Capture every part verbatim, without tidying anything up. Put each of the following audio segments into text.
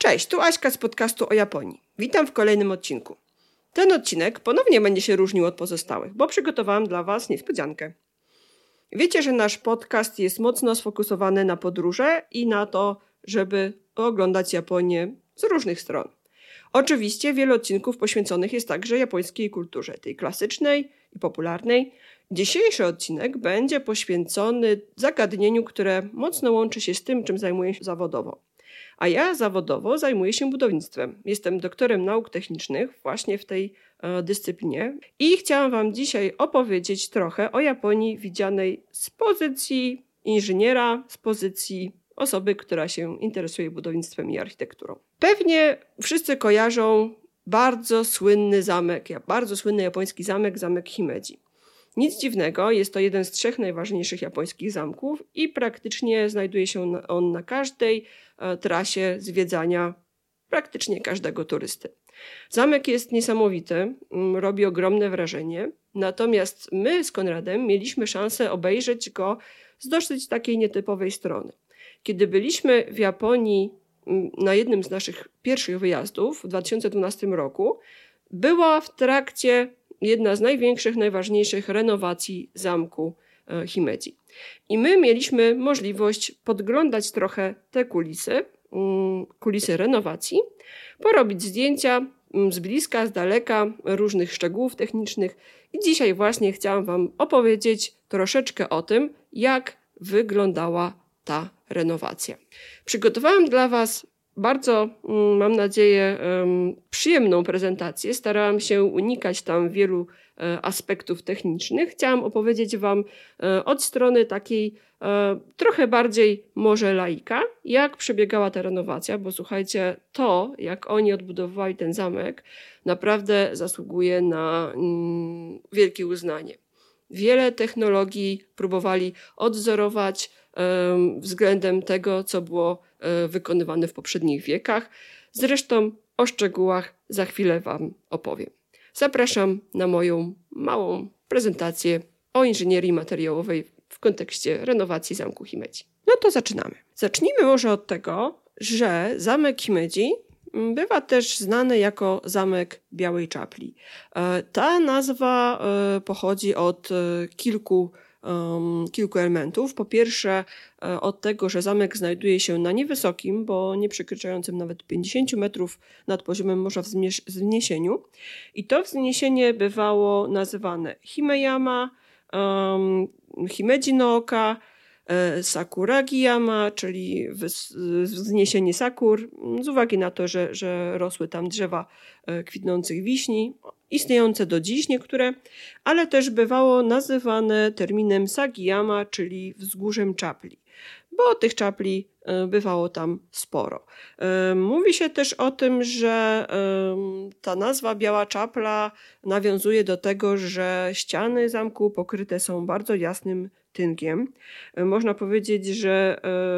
Cześć, tu Aśka z podcastu o Japonii. Witam w kolejnym odcinku. Ten odcinek ponownie będzie się różnił od pozostałych, bo przygotowałam dla Was niespodziankę. Wiecie, że nasz podcast jest mocno sfokusowany na podróże i na to, żeby oglądać Japonię z różnych stron. Oczywiście wiele odcinków poświęconych jest także japońskiej kulturze, tej klasycznej i popularnej. Dzisiejszy odcinek będzie poświęcony zagadnieniu, które mocno łączy się z tym, czym zajmuję się zawodowo. A ja zawodowo zajmuję się budownictwem. Jestem doktorem nauk technicznych właśnie w tej e, dyscyplinie i chciałam Wam dzisiaj opowiedzieć trochę o Japonii widzianej z pozycji inżyniera, z pozycji osoby, która się interesuje budownictwem i architekturą. Pewnie wszyscy kojarzą bardzo słynny zamek, bardzo słynny japoński zamek, zamek Himeji. Nic dziwnego, jest to jeden z trzech najważniejszych japońskich zamków i praktycznie znajduje się on na każdej e, trasie zwiedzania praktycznie każdego turysty. Zamek jest niesamowity, m, robi ogromne wrażenie, natomiast my z Konradem mieliśmy szansę obejrzeć go z dosyć takiej nietypowej strony. Kiedy byliśmy w Japonii m, na jednym z naszych pierwszych wyjazdów w dwa tysiące dwunastym roku, była w trakcie jedna z największych, najważniejszych renowacji zamku Himeji. I my mieliśmy możliwość podglądać trochę te kulisy, kulisy renowacji, porobić zdjęcia z bliska, z daleka, różnych szczegółów technicznych. I dzisiaj właśnie chciałam Wam opowiedzieć troszeczkę o tym, jak wyglądała ta renowacja. Przygotowałam dla Was bardzo, mam nadzieję, przyjemną prezentację. Starałam się unikać tam wielu aspektów technicznych. Chciałam opowiedzieć Wam od strony takiej trochę bardziej może laika, jak przebiegała ta renowacja, bo słuchajcie, to jak oni odbudowywali ten zamek naprawdę zasługuje na wielkie uznanie. Wiele technologii próbowali odzorować względem tego, co było wykonywane w poprzednich wiekach. Zresztą o szczegółach za chwilę Wam opowiem. Zapraszam na moją małą prezentację o inżynierii materiałowej w kontekście renowacji zamku Himeji. No to zaczynamy. Zacznijmy może od tego, że zamek Himeji bywa też znany jako zamek Białej Czapli. Ta nazwa pochodzi od kilku Um, kilku elementów. Po pierwsze od tego, że zamek znajduje się na niewysokim, bo nie przekraczającym nawet pięćdziesiąt metrów nad poziomem morza wzniesieniu. I to wzniesienie bywało nazywane Himeyama, um, Himeji no Oka, Sakuragi-yama, czyli wzniesienie sakur, z uwagi na to, że, że rosły tam drzewa kwitnących wiśni, istniejące do dziś niektóre, ale też bywało nazywane terminem Sagiyama, czyli wzgórzem czapli, bo tych czapli bywało tam sporo. Mówi się też o tym, że ta nazwa Biała Czapla nawiązuje do tego, że ściany zamku pokryte są bardzo jasnym tynkiem. Można powiedzieć, że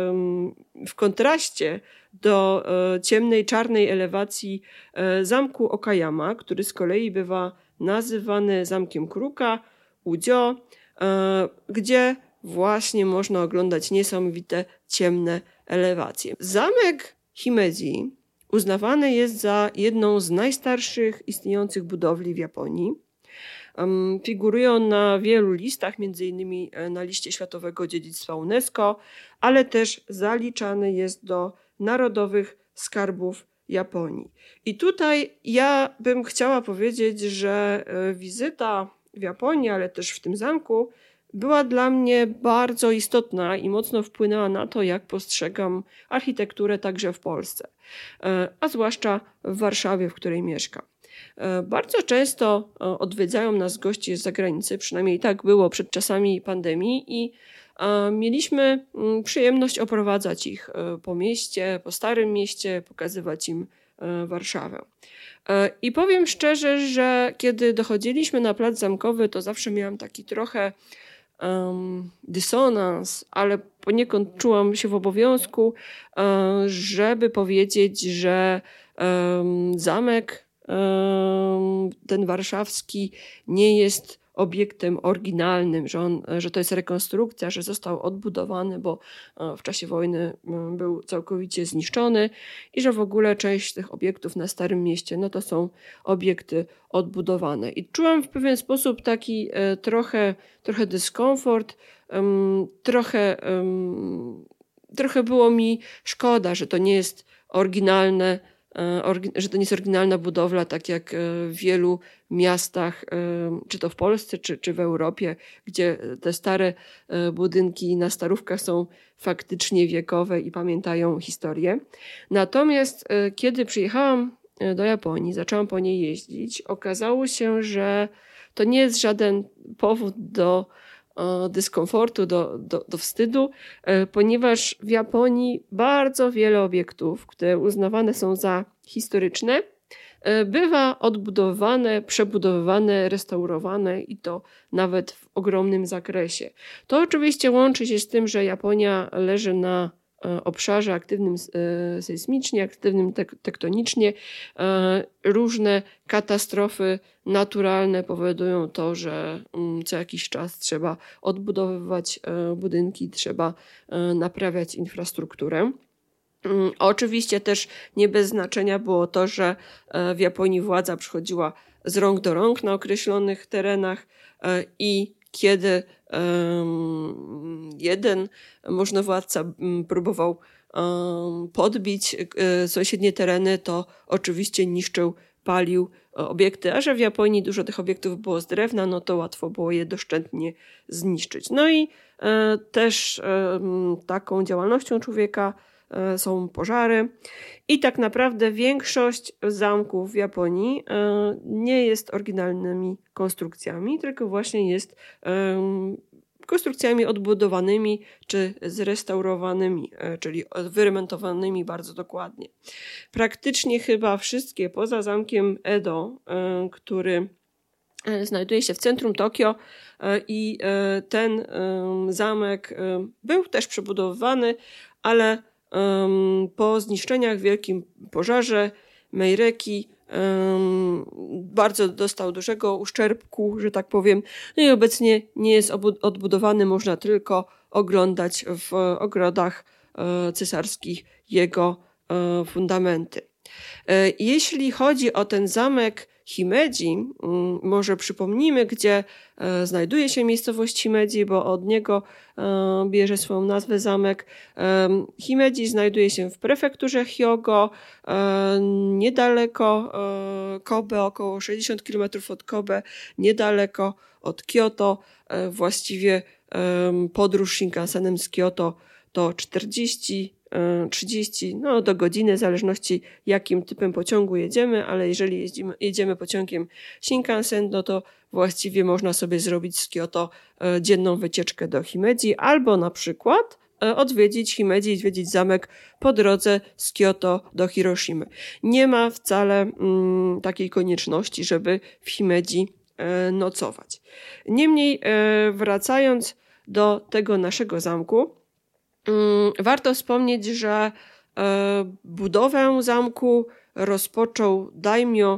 w kontraście do ciemnej, czarnej elewacji zamku Okayama, który z kolei bywa nazywany zamkiem Kruka, Udzio, gdzie właśnie można oglądać niesamowite ciemne elewacje. Zamek Himeji uznawany jest za jedną z najstarszych istniejących budowli w Japonii. Um, figuruje on na wielu listach, między innymi na liście Światowego Dziedzictwa UNESCO, ale też zaliczany jest do Narodowych Skarbów Japonii. I tutaj ja bym chciała powiedzieć, że wizyta w Japonii, ale też w tym zamku była dla mnie bardzo istotna i mocno wpłynęła na to, jak postrzegam architekturę także w Polsce, a zwłaszcza w Warszawie, w której mieszkam. Bardzo często odwiedzają nas goście z zagranicy, przynajmniej tak było przed czasami pandemii i mieliśmy przyjemność oprowadzać ich po mieście, po Starym Mieście, pokazywać im Warszawę. I powiem szczerze, że kiedy dochodziliśmy na plac zamkowy, to zawsze miałam taki trochę um, dysonans, ale poniekąd czułam się w obowiązku, żeby powiedzieć, że um, zamek ten warszawski nie jest obiektem oryginalnym, że, on, że to jest rekonstrukcja, że został odbudowany, bo w czasie wojny był całkowicie zniszczony i że w ogóle część tych obiektów na Starym Mieście no to są obiekty odbudowane. I czułam w pewien sposób taki trochę, trochę dyskomfort, trochę, trochę było mi szkoda, że to nie jest oryginalne, że to nie jest oryginalna budowla, tak jak w wielu miastach, czy to w Polsce, czy, czy w Europie, gdzie te stare budynki na Starówkach są faktycznie wiekowe i pamiętają historię. Natomiast kiedy przyjechałam do Japonii, zaczęłam po niej jeździć, okazało się, że to nie jest żaden powód do dyskomfortu, do, do, do wstydu, ponieważ w Japonii bardzo wiele obiektów, które uznawane są za historyczne, bywa odbudowane, przebudowywane, restaurowane i to nawet w ogromnym zakresie. To oczywiście łączy się z tym, że Japonia leży na obszarze aktywnym sejsmicznie, aktywnym tektonicznie. Różne katastrofy naturalne powodują to, że co jakiś czas trzeba odbudowywać budynki, trzeba naprawiać infrastrukturę. Oczywiście też nie bez znaczenia było to, że w Japonii władza przechodziła z rąk do rąk na określonych terenach i kiedy um, jeden możnowładca próbował um, podbić um, sąsiednie tereny, to oczywiście niszczył, palił obiekty, a że w Japonii dużo tych obiektów było z drewna, no to łatwo było je doszczętnie zniszczyć. No i e, też e, taką działalnością człowieka e, są pożary i tak naprawdę większość zamków w Japonii e, nie jest oryginalnymi konstrukcjami, tylko właśnie jest e, konstrukcjami odbudowanymi czy zrestaurowanymi, czyli wyremontowanymi bardzo dokładnie. Praktycznie chyba wszystkie poza zamkiem Edo, który znajduje się w centrum Tokio i ten zamek był też przebudowywany, ale po zniszczeniach w wielkim pożarze Meireki bardzo dostał dużego uszczerbku, że tak powiem, no i obecnie nie jest odbudowany, można tylko oglądać w ogrodach cesarskich jego fundamenty. Jeśli chodzi o ten zamek Himeji, może przypomnijmy, gdzie znajduje się miejscowość Himeji, bo od niego bierze swoją nazwę zamek. Himeji znajduje się w prefekturze Hyogo, niedaleko Kobe, około sześćdziesiąt kilometrów od Kobe, niedaleko od Kyoto. Właściwie podróż Shinkansenem z Kyoto to czterdzieści trzydzieści no, do godziny, w zależności jakim typem pociągu jedziemy, ale jeżeli jeździmy, jedziemy pociągiem Shinkansen, no to właściwie można sobie zrobić z Kyoto dzienną wycieczkę do Himeji albo na przykład odwiedzić Himeji i zwiedzić zamek po drodze z Kyoto do Hiroshimy. Nie ma wcale mm, takiej konieczności, żeby w Himeji e, nocować. Niemniej e, wracając do tego naszego zamku, warto wspomnieć, że budowę zamku rozpoczął daimyo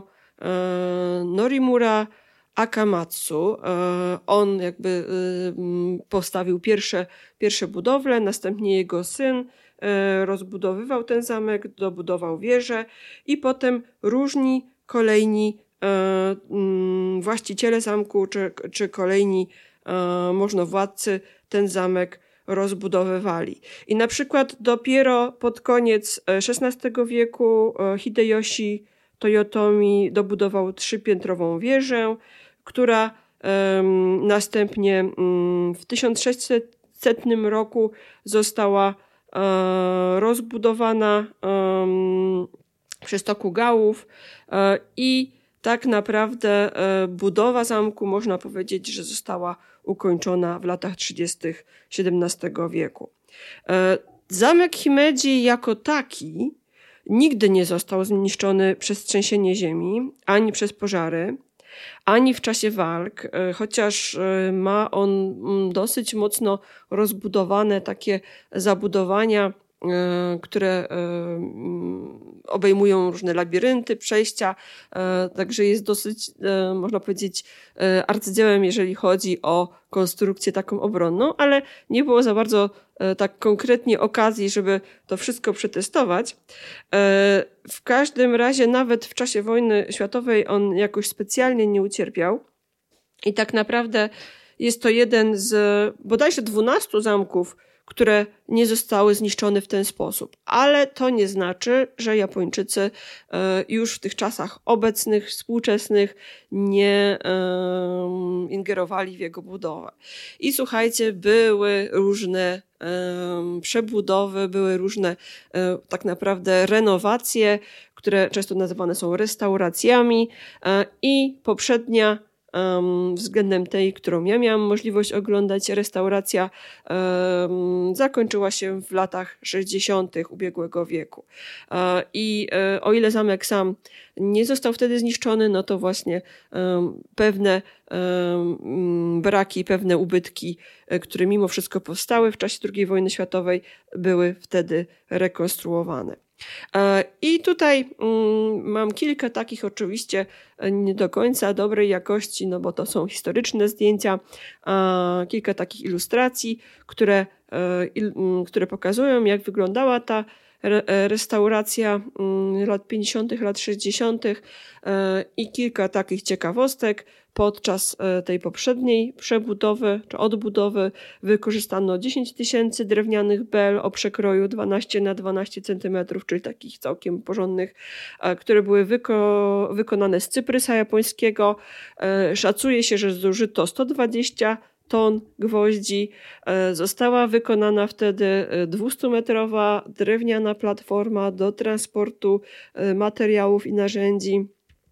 Norimura Akamatsu. On jakby postawił pierwsze, pierwsze budowle, następnie jego syn rozbudowywał ten zamek, dobudował wieżę i potem różni kolejni właściciele zamku czy, czy kolejni możnowładcy ten zamek rozbudowywali. I na przykład dopiero pod koniec szesnastego wieku Hideyoshi Toyotomi dobudował trzypiętrową wieżę, która um, następnie um, w tysiąc sześćsetnym roku została um, rozbudowana um, przez Tokugałów um, i tak naprawdę um, budowa zamku można powiedzieć, że została ukończona w latach trzydziestych siedemnastego wieku. Zamek Himeji jako taki nigdy nie został zniszczony przez trzęsienie ziemi, ani przez pożary, ani w czasie walk, chociaż ma on dosyć mocno rozbudowane takie zabudowania, które obejmują różne labirynty, przejścia, także jest dosyć, można powiedzieć, arcydziełem, jeżeli chodzi o konstrukcję taką obronną, ale nie było za bardzo tak konkretnie okazji, żeby to wszystko przetestować. W każdym razie nawet w czasie wojny światowej on jakoś specjalnie nie ucierpiał i tak naprawdę jest to jeden z bodajże dwunastu zamków, które nie zostały zniszczone w ten sposób. Ale to nie znaczy, że Japończycy już w tych czasach obecnych, współczesnych nie um, ingerowali w jego budowę. I słuchajcie, były różne um, przebudowy, były różne um, tak naprawdę renowacje, które często nazywane są restauracjami um, i poprzednia Um, względem tej, którą ja miałam możliwość oglądać, restauracja um, zakończyła się w latach sześćdziesiątych ubiegłego wieku. Uh, I uh, o ile zamek sam nie został wtedy zniszczony, no to właśnie um, pewne um, braki, pewne ubytki, które mimo wszystko powstały w czasie drugiej wojny światowej, były wtedy rekonstruowane. I tutaj mam kilka takich oczywiście nie do końca dobrej jakości, no bo to są historyczne zdjęcia, kilka takich ilustracji, które, które pokazują, jak wyglądała ta restauracja lat pięćdziesiątych, lat sześćdziesiątych i kilka takich ciekawostek. Podczas tej poprzedniej przebudowy czy odbudowy wykorzystano dziesięć tysięcy drewnianych bel o przekroju dwanaście na dwanaście centymetrów, czyli takich całkiem porządnych, które były wyko- wykonane z cyprysa japońskiego. Szacuje się, że zużyto sto dwadzieścia ton gwoździ. Została wykonana wtedy dwustumetrowa drewniana platforma do transportu materiałów i narzędzi.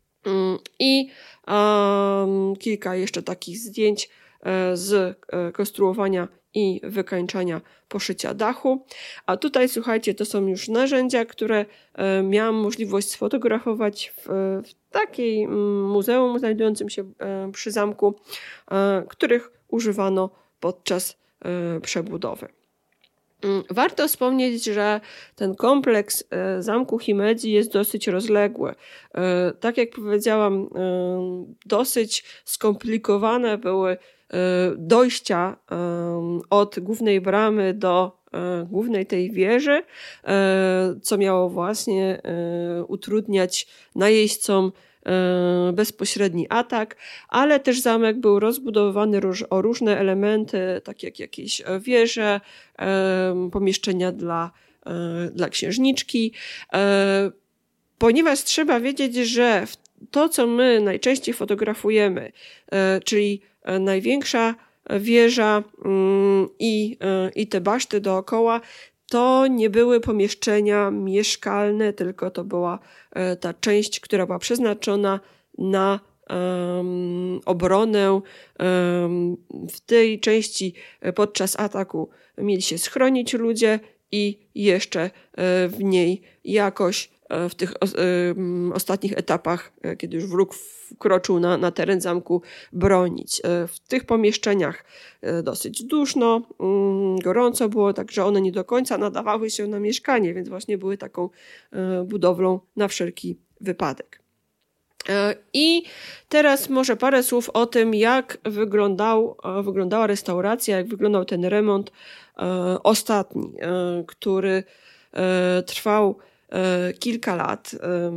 I um, kilka jeszcze takich zdjęć z konstruowania i wykańczania poszycia dachu. A tutaj, słuchajcie, to są już narzędzia, które miałam możliwość sfotografować w, w takiej muzeum znajdującym się przy zamku, których używano podczas przebudowy. Warto wspomnieć, że ten kompleks zamku Himeji jest dosyć rozległy. Tak jak powiedziałam, dosyć skomplikowane były dojścia od głównej bramy do głównej tej wieży, co miało właśnie utrudniać najeźdźcom bezpośredni atak, ale też zamek był rozbudowywany o różne elementy, takie jak jakieś wieże, pomieszczenia dla, dla księżniczki, ponieważ trzeba wiedzieć, że to, co my najczęściej fotografujemy, czyli największa wieża i, i te baszty dookoła, to nie były pomieszczenia mieszkalne, tylko to była ta część, która była przeznaczona na um, obronę. Um, w tej części podczas ataku mieli się schronić ludzie i jeszcze w niej jakoś w tych ostatnich etapach, kiedy już wróg wkroczył na, na teren zamku, bronić. W tych pomieszczeniach dosyć duszno, gorąco było, także one nie do końca nadawały się na mieszkanie, więc właśnie były taką budowlą na wszelki wypadek. I teraz może parę słów o tym, jak wyglądał, wyglądała restauracja, jak wyglądał ten remont ostatni, który trwał kilka lat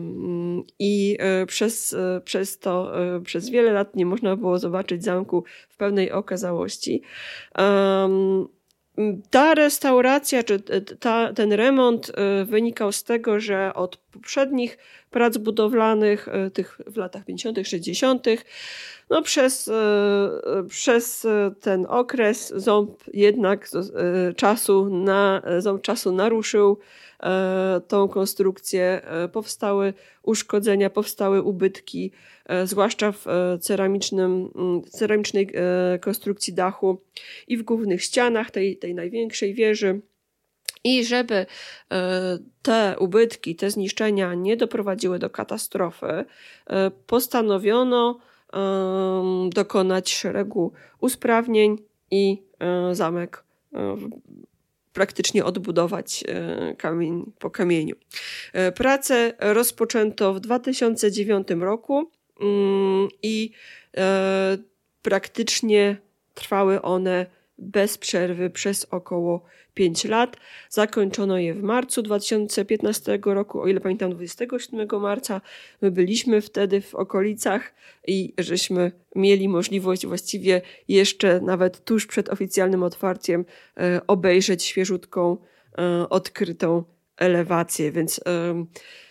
i przez, przez to, przez wiele lat nie można było zobaczyć zamku w pełnej okazałości. Ta restauracja, czy ta, ten remont wynikał z tego, że od poprzednich prac budowlanych, tych w latach pięćdziesiątych, sześćdziesiątych, no przez, przez ten okres ząb jednak czasu, na, ząb czasu naruszył tą konstrukcję, powstały uszkodzenia, powstały ubytki, zwłaszcza w ceramicznym, ceramicznej konstrukcji dachu i w głównych ścianach tej, tej największej wieży. I żeby te ubytki, te zniszczenia nie doprowadziły do katastrofy, postanowiono dokonać szeregu usprawnień i zamek praktycznie odbudować kamień po kamieniu. Pracę rozpoczęto w dwa tysiące dziewiątym roku i praktycznie trwały one bez przerwy przez około pięć lat. Zakończono je w marcu dwa tysiące piętnastego roku, o ile pamiętam dwudziestego siódmego marca. My byliśmy wtedy w okolicach i żeśmy mieli możliwość właściwie jeszcze nawet tuż przed oficjalnym otwarciem e, obejrzeć świeżutką, e, odkrytą elewację, więc e,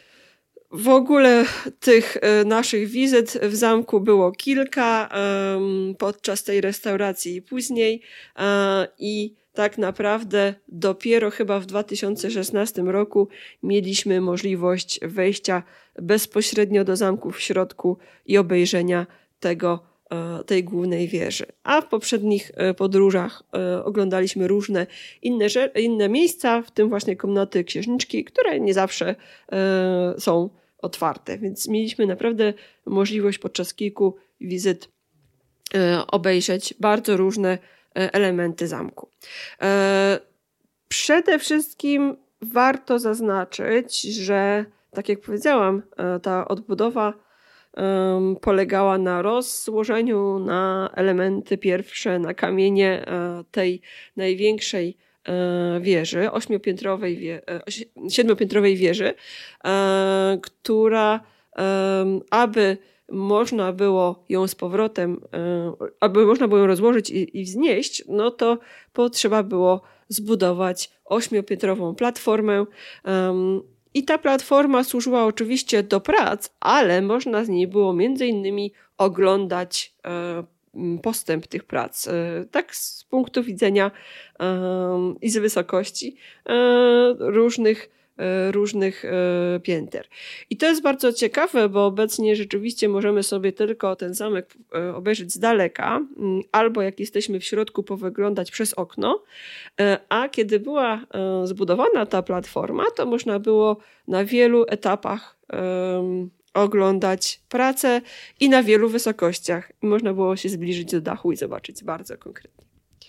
w ogóle tych naszych wizyt w zamku było kilka um, podczas tej restauracji i później uh, i tak naprawdę dopiero chyba w dwa tysiące szesnastym roku mieliśmy możliwość wejścia bezpośrednio do zamku w środku i obejrzenia tego, uh, tej głównej wieży. A w poprzednich uh, podróżach uh, oglądaliśmy różne inne, inne miejsca, w tym właśnie komnaty księżniczki, które nie zawsze uh, są otwarte, więc mieliśmy naprawdę możliwość podczas kilku wizyt e, obejrzeć bardzo różne e, elementy zamku. E, przede wszystkim warto zaznaczyć, że tak jak powiedziałam, e, ta odbudowa e, polegała na rozłożeniu na elementy pierwsze, na kamienie e, tej największej wieży, ośmiopiętrowej, wie, siedmiopiętrowej wieży, e, która, e, aby można było ją z powrotem, e, aby można było ją rozłożyć i, i wznieść, no to potrzeba było zbudować ośmiopiętrową platformę. E, I ta platforma służyła oczywiście do prac, ale można z niej było między innymi oglądać e, postęp tych prac, tak z punktu widzenia um, i z wysokości um, różnych, um, różnych um, pięter. I to jest bardzo ciekawe, bo obecnie rzeczywiście możemy sobie tylko ten zamek um, obejrzeć z daleka, um, albo jak jesteśmy w środku, powyglądać przez okno, um, a kiedy była um, zbudowana ta platforma, to można było na wielu etapach um, oglądać pracę i na wielu wysokościach. I można było się zbliżyć do dachu i zobaczyć bardzo konkretnie.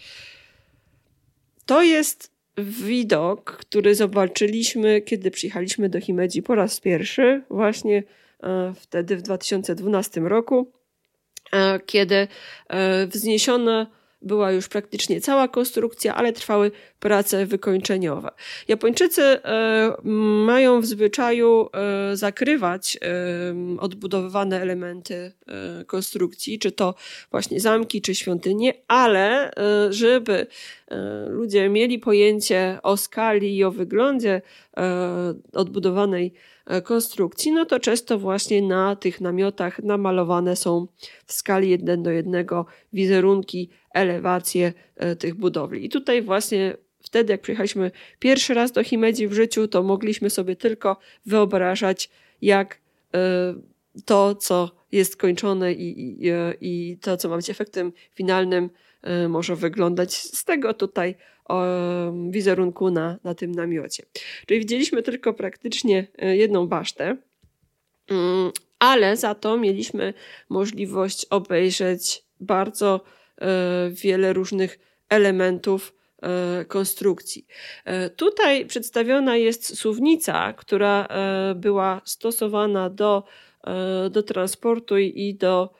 To jest widok, który zobaczyliśmy, kiedy przyjechaliśmy do Himedzi po raz pierwszy, właśnie e, wtedy w dwa tysiące dwunastym roku, e, kiedy e, wzniesiona była już praktycznie cała konstrukcja, ale trwały prace wykończeniowe. Japończycy e, mają w zwyczaju e, zakrywać e, odbudowywane elementy e, konstrukcji, czy to właśnie zamki, czy świątynie, ale e, żeby e, ludzie mieli pojęcie o skali i o wyglądzie e, odbudowanej konstrukcji, no to często właśnie na tych namiotach namalowane są w skali jeden do jednego wizerunki, elewacje e, tych budowli. I tutaj właśnie wtedy, jak przyjechaliśmy pierwszy raz do Himedzi w życiu, to mogliśmy sobie tylko wyobrażać, jak e, to, co jest kończone i, i, i to, co ma być efektem finalnym, e, może wyglądać z tego tutaj o wizerunku na, na tym namiocie. Czyli widzieliśmy tylko praktycznie jedną basztę, ale za to mieliśmy możliwość obejrzeć bardzo wiele różnych elementów konstrukcji. Tutaj przedstawiona jest suwnica, która była stosowana do, do transportu i do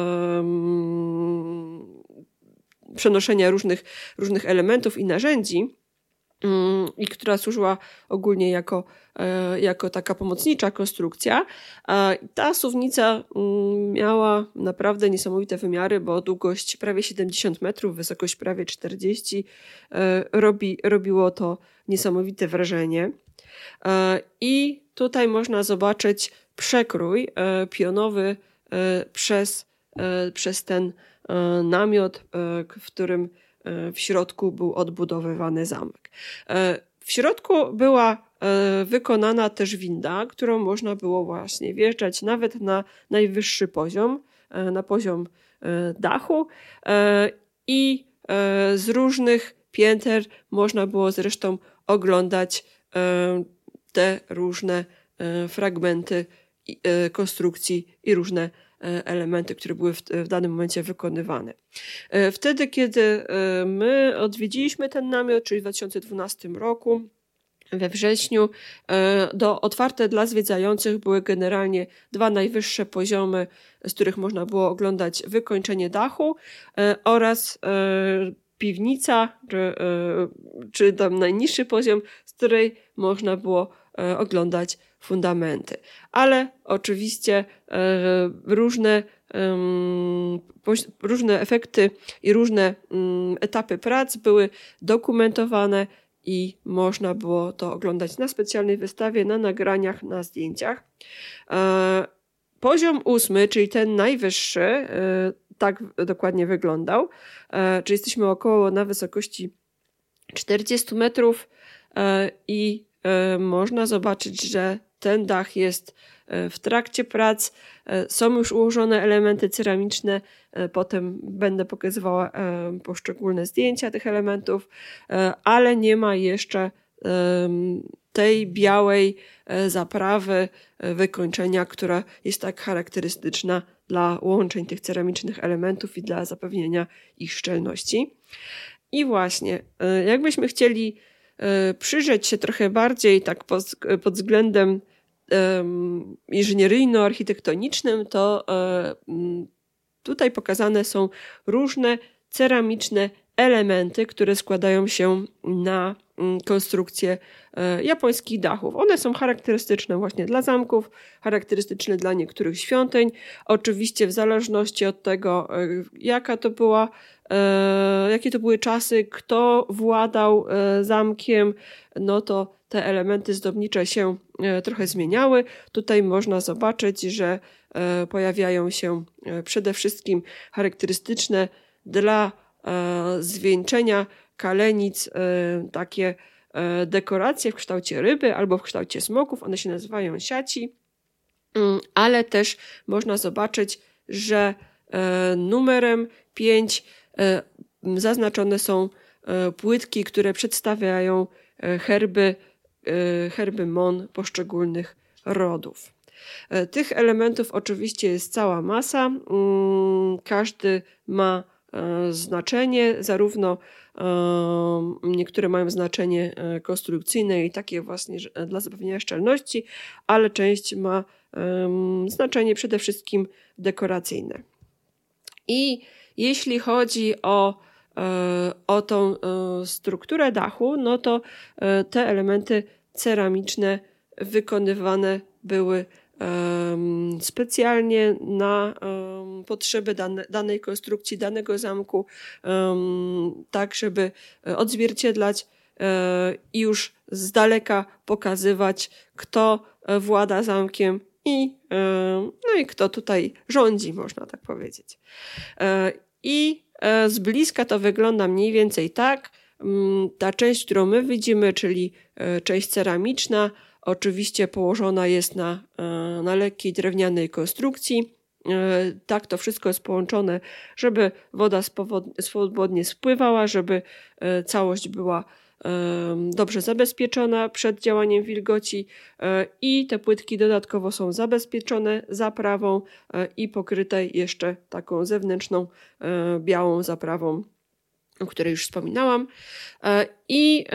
um, przenoszenia różnych, różnych elementów i narzędzi um, i która służyła ogólnie jako, e, jako taka pomocnicza konstrukcja. E, ta suwnica um, miała naprawdę niesamowite wymiary, bo długość prawie siedemdziesiąt metrów, wysokość prawie czterdzieści. E, robi, robiło to niesamowite wrażenie. E, I tutaj można zobaczyć przekrój e, pionowy e, przez, e, przez ten namiot, w którym w środku był odbudowywany zamek. W środku była wykonana też winda, którą można było właśnie wjeżdżać nawet na najwyższy poziom, na poziom dachu i z różnych pięter można było zresztą oglądać te różne fragmenty konstrukcji i różne elementy, które były w, w danym momencie wykonywane. Wtedy, kiedy my odwiedziliśmy ten namiot, czyli w dwa tysiące dwunastym roku, we wrześniu, do, otwarte dla zwiedzających były generalnie dwa najwyższe poziomy, z których można było oglądać wykończenie dachu oraz piwnica, czy, czy tam najniższy poziom, z której można było oglądać fundamenty. Ale oczywiście różne, różne efekty i różne etapy prac były dokumentowane i można było to oglądać na specjalnej wystawie, na nagraniach, na zdjęciach. Poziom ósmy, czyli ten najwyższy, tak dokładnie wyglądał, czyli jesteśmy około na wysokości czterdzieści metrów i można zobaczyć, że ten dach jest w trakcie prac, są już ułożone elementy ceramiczne, potem będę pokazywała poszczególne zdjęcia tych elementów, ale nie ma jeszcze tej białej zaprawy, wykończenia, która jest tak charakterystyczna dla łączeń tych ceramicznych elementów i dla zapewnienia ich szczelności. I właśnie, jakbyśmy chcieli przyjrzeć się trochę bardziej tak pod, pod względem um, inżynieryjno-architektonicznym, to um, tutaj pokazane są różne ceramiczne elementy, które składają się na um, konstrukcję um, japońskich dachów. One są charakterystyczne właśnie dla zamków, charakterystyczne dla niektórych świątyń. Oczywiście w zależności od tego, um, jaka to była E, jakie to były czasy, kto władał e, zamkiem, no to te elementy zdobnicze się e, trochę zmieniały. Tutaj można zobaczyć, że e, pojawiają się e, przede wszystkim charakterystyczne dla e, zwieńczenia kalenic e, takie e, dekoracje w kształcie ryby albo w kształcie smoków. One się nazywają siaci, mm, ale też można zobaczyć, że e, numerem pięć zaznaczone są płytki, które przedstawiają herby, herby mon poszczególnych rodów. Tych elementów oczywiście jest cała masa. Każdy ma znaczenie, zarówno niektóre mają znaczenie konstrukcyjne i takie właśnie dla zapewnienia szczelności, ale część ma znaczenie przede wszystkim dekoracyjne. I jeśli chodzi o, o tą strukturę dachu, no to te elementy ceramiczne wykonywane były specjalnie na potrzeby dane, danej konstrukcji, danego zamku, tak żeby odzwierciedlać i już z daleka pokazywać, kto włada zamkiem i, no i kto tutaj rządzi, można tak powiedzieć. I z bliska to wygląda mniej więcej tak. Ta część, którą my widzimy, czyli część ceramiczna, oczywiście położona jest na, na lekkiej drewnianej konstrukcji. Tak to wszystko jest połączone, żeby woda swobodnie spływała, żeby całość była dobrze zabezpieczona przed działaniem wilgoci i te płytki dodatkowo są zabezpieczone zaprawą i pokryte jeszcze taką zewnętrzną białą zaprawą, o której już wspominałam. I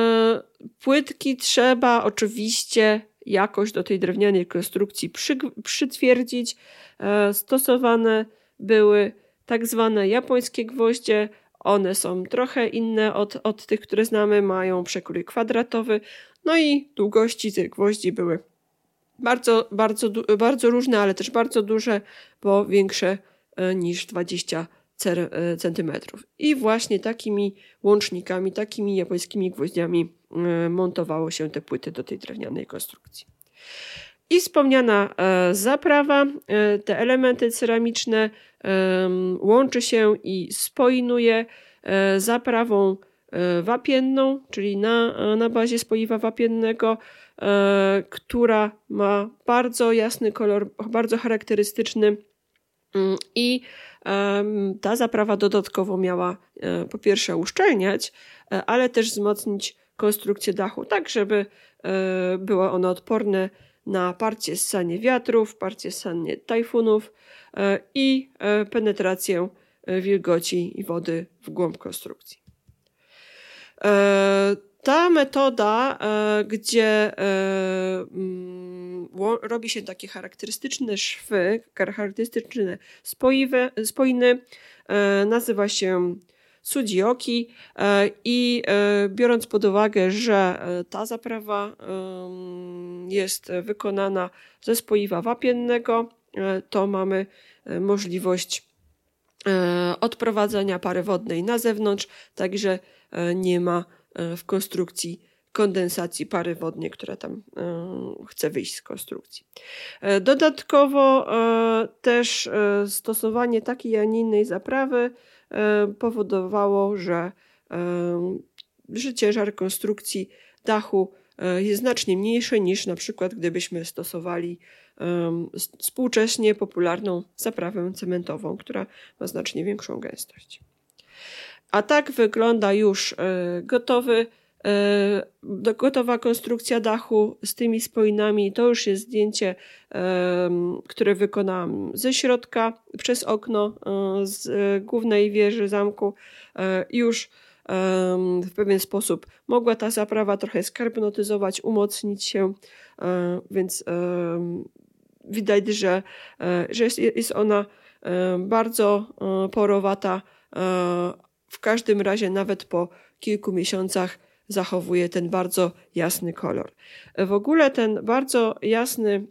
płytki trzeba oczywiście jakoś do tej drewnianej konstrukcji przy, przytwierdzić. Stosowane były tak zwane japońskie gwoździe. One są trochę inne od, od tych, które znamy, mają przekrój kwadratowy, no i długości tych gwoździ były bardzo, bardzo, bardzo różne, ale też bardzo duże, bo większe niż dwadzieścia centymetrów. I właśnie takimi łącznikami, takimi japońskimi gwoździami montowało się te płyty do tej drewnianej konstrukcji. I wspomniana zaprawa, te elementy ceramiczne łączy się i spojnuje zaprawą wapienną, czyli na, na bazie spoiwa wapiennego, która ma bardzo jasny kolor, bardzo charakterystyczny i ta zaprawa dodatkowo miała po pierwsze uszczelniać, ale też wzmocnić konstrukcję dachu, tak żeby było ono odporne na parcie ssanie wiatrów, parcie ssanie tajfunów i penetrację wilgoci i wody w głąb konstrukcji. Ta metoda, gdzie robi się takie charakterystyczne szwy, charakterystyczne spoiwe, spoiny, nazywa się Sujioki i biorąc pod uwagę, że ta zaprawa jest wykonana ze spoiwa wapiennego, to mamy możliwość odprowadzania pary wodnej na zewnątrz, także nie ma w konstrukcji kondensacji pary wodnej, która tam chce wyjść z konstrukcji. Dodatkowo też stosowanie takiej, a nie innej zaprawy powodowało, że, że ciężar konstrukcji dachu jest znacznie mniejszy niż na przykład gdybyśmy stosowali współcześnie popularną zaprawę cementową, która ma znacznie większą gęstość. A tak wygląda już gotowy, gotowa konstrukcja dachu z tymi spoinami. To już jest zdjęcie, które wykonałam ze środka, przez okno z głównej wieży zamku. Już w pewien sposób mogła ta zaprawa trochę skarbontyzować, umocnić się, więc widać, że, że jest, jest ona bardzo porowata. W każdym razie nawet po kilku miesiącach zachowuje ten bardzo jasny kolor. W ogóle ten bardzo jasny,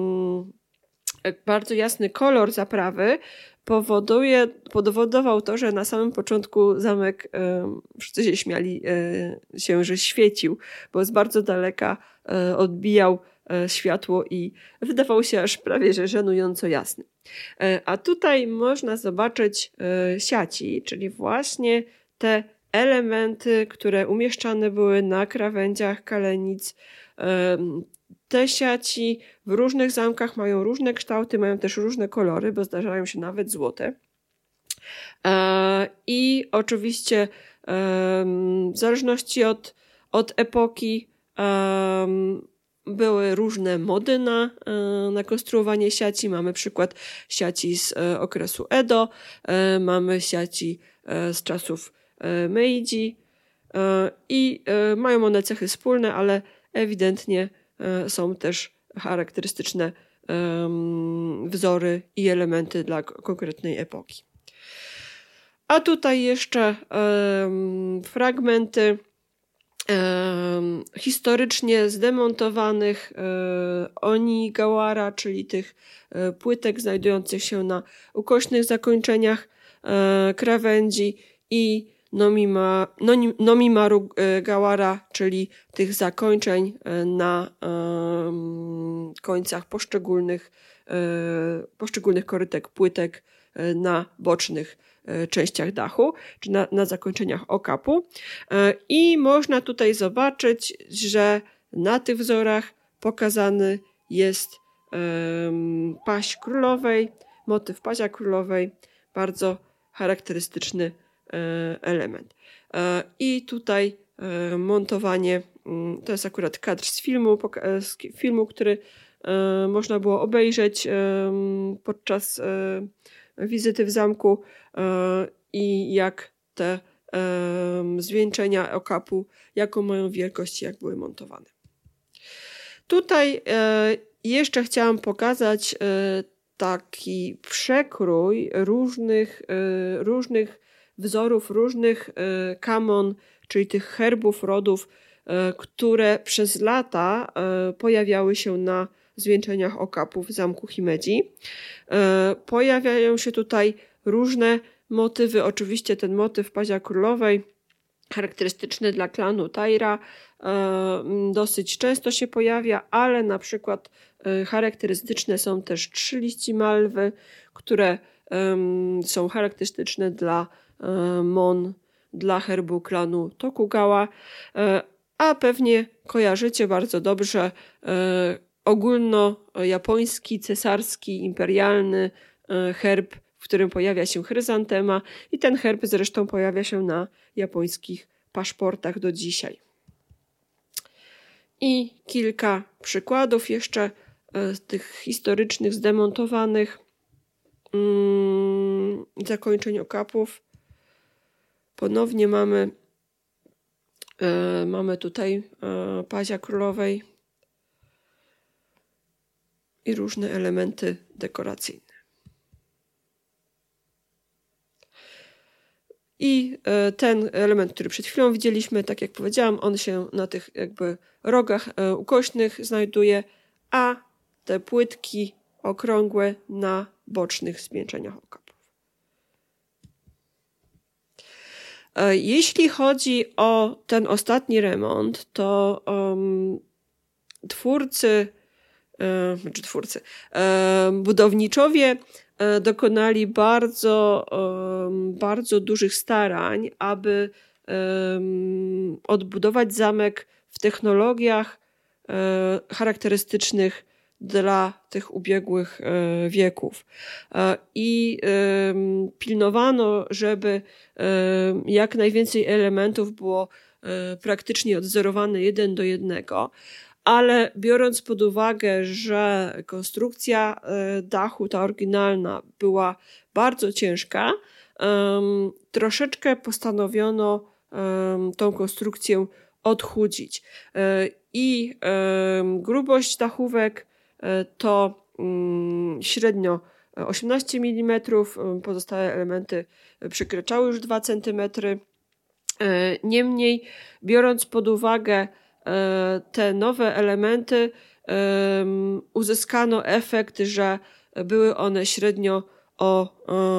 bardzo jasny kolor zaprawy powoduje, powodował to, że na samym początku zamek, wszyscy się śmiali się, że świecił, bo z bardzo daleka odbijał światło i wydawał się aż prawie że żenująco jasny. A tutaj można zobaczyć siaci, czyli właśnie te elementy, które umieszczane były na krawędziach kalenic. Te siaci w różnych zamkach mają różne kształty, mają też różne kolory, bo zdarzają się nawet złote. I oczywiście w zależności od, od epoki były różne mody na, na konstruowanie siaci. Mamy przykład siaci z okresu Edo, mamy siaci z czasów Meiji i mają one cechy wspólne, ale ewidentnie są też charakterystyczne wzory i elementy dla konkretnej epoki. A tutaj jeszcze fragmenty historycznie zdemontowanych onigawara, czyli tych płytek znajdujących się na ukośnych zakończeniach krawędzi i nomima, nomimaru gawara, czyli tych zakończeń na końcach poszczególnych, poszczególnych korytek płytek na bocznych częściach dachu, czy na, na zakończeniach okapu. I można tutaj zobaczyć, że na tych wzorach pokazany jest um, paź królowej, motyw pazia królowej, bardzo charakterystyczny um, element. Um, I tutaj um, montowanie, um, to jest akurat kadr z filmu, z filmu, który um, można było obejrzeć um, podczas um, wizyty w zamku i jak te zwieńczenia okapu, jaką mają wielkość, jak były montowane. Tutaj jeszcze chciałam pokazać taki przekrój różnych, różnych wzorów, różnych kamon, czyli tych herbów, rodów, które przez lata pojawiały się na zwieńczeniach okapów w zamku Himeji. Pojawiają się tutaj różne motywy. Oczywiście ten motyw pazia królowej, charakterystyczny dla klanu Taira, dosyć często się pojawia, ale na przykład charakterystyczne są też trzy liści malwy, które są charakterystyczne dla mon, dla herbu klanu Tokugawa, a pewnie kojarzycie bardzo dobrze ogólnojapoński, cesarski, imperialny herb, w którym pojawia się chryzantema i ten herb zresztą pojawia się na japońskich paszportach do dzisiaj. I kilka przykładów jeszcze z tych historycznych, zdemontowanych mm, zakończeń okapów. Ponownie mamy, e, mamy tutaj e, pazia królowej i różne elementy dekoracyjne. I e, ten element, który przed chwilą widzieliśmy, tak jak powiedziałam, on się na tych jakby rogach e, ukośnych znajduje, a te płytki okrągłe na bocznych zwieńczeniach okapów. Jeśli chodzi o ten ostatni remont, to um, twórcy, e, znaczy twórcy, e, budowniczowie e, dokonali bardzo, e, bardzo dużych starań, aby e, odbudować zamek w technologiach e, charakterystycznych dla tych ubiegłych e, wieków. E, I e, pilnowano, żeby e, jak najwięcej elementów było e, praktycznie odzorowane jeden do jednego, ale biorąc pod uwagę, że konstrukcja e, dachu, ta oryginalna, była bardzo ciężka, e, troszeczkę postanowiono e, tą konstrukcję odchudzić. E, I e, grubość dachówek to średnio osiemnaście milimetrów, pozostałe elementy przekraczały już dwa centymetry. Niemniej, biorąc pod uwagę te nowe elementy, uzyskano efekt, że były one średnio o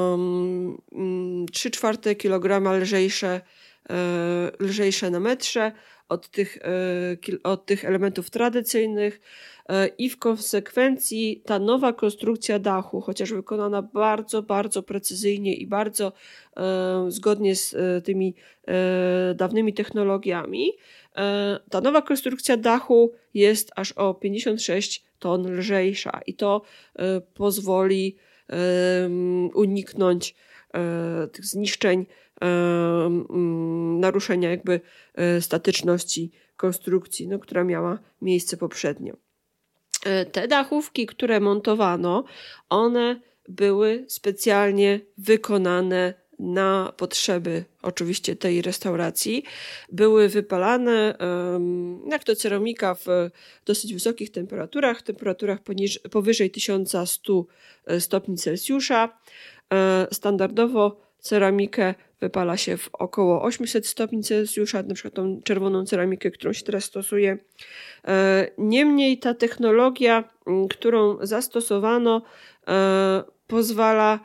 trzy czwarte kilograma lżejsze, lżejsze na metrze od tych, od tych elementów tradycyjnych. I w konsekwencji ta nowa konstrukcja dachu, chociaż wykonana bardzo, bardzo precyzyjnie i bardzo e, zgodnie z e, tymi e, dawnymi technologiami, e, ta nowa konstrukcja dachu jest aż o pięćdziesiąt sześć ton lżejsza i to e, pozwoli e, uniknąć e, tych zniszczeń, e, m, naruszenia jakby e, statyczności konstrukcji, no, która miała miejsce poprzednio. Te dachówki, które montowano, one były specjalnie wykonane na potrzeby oczywiście tej restauracji. Były wypalane, jak to ceramika, w dosyć wysokich temperaturach, temperaturach poniż, powyżej tysiąc sto stopni Celsjusza. Standardowo ceramikę wypala się w około osiemset stopni Celsjusza, na przykład tą czerwoną ceramikę, którą się teraz stosuje. Niemniej ta technologia, którą zastosowano, pozwala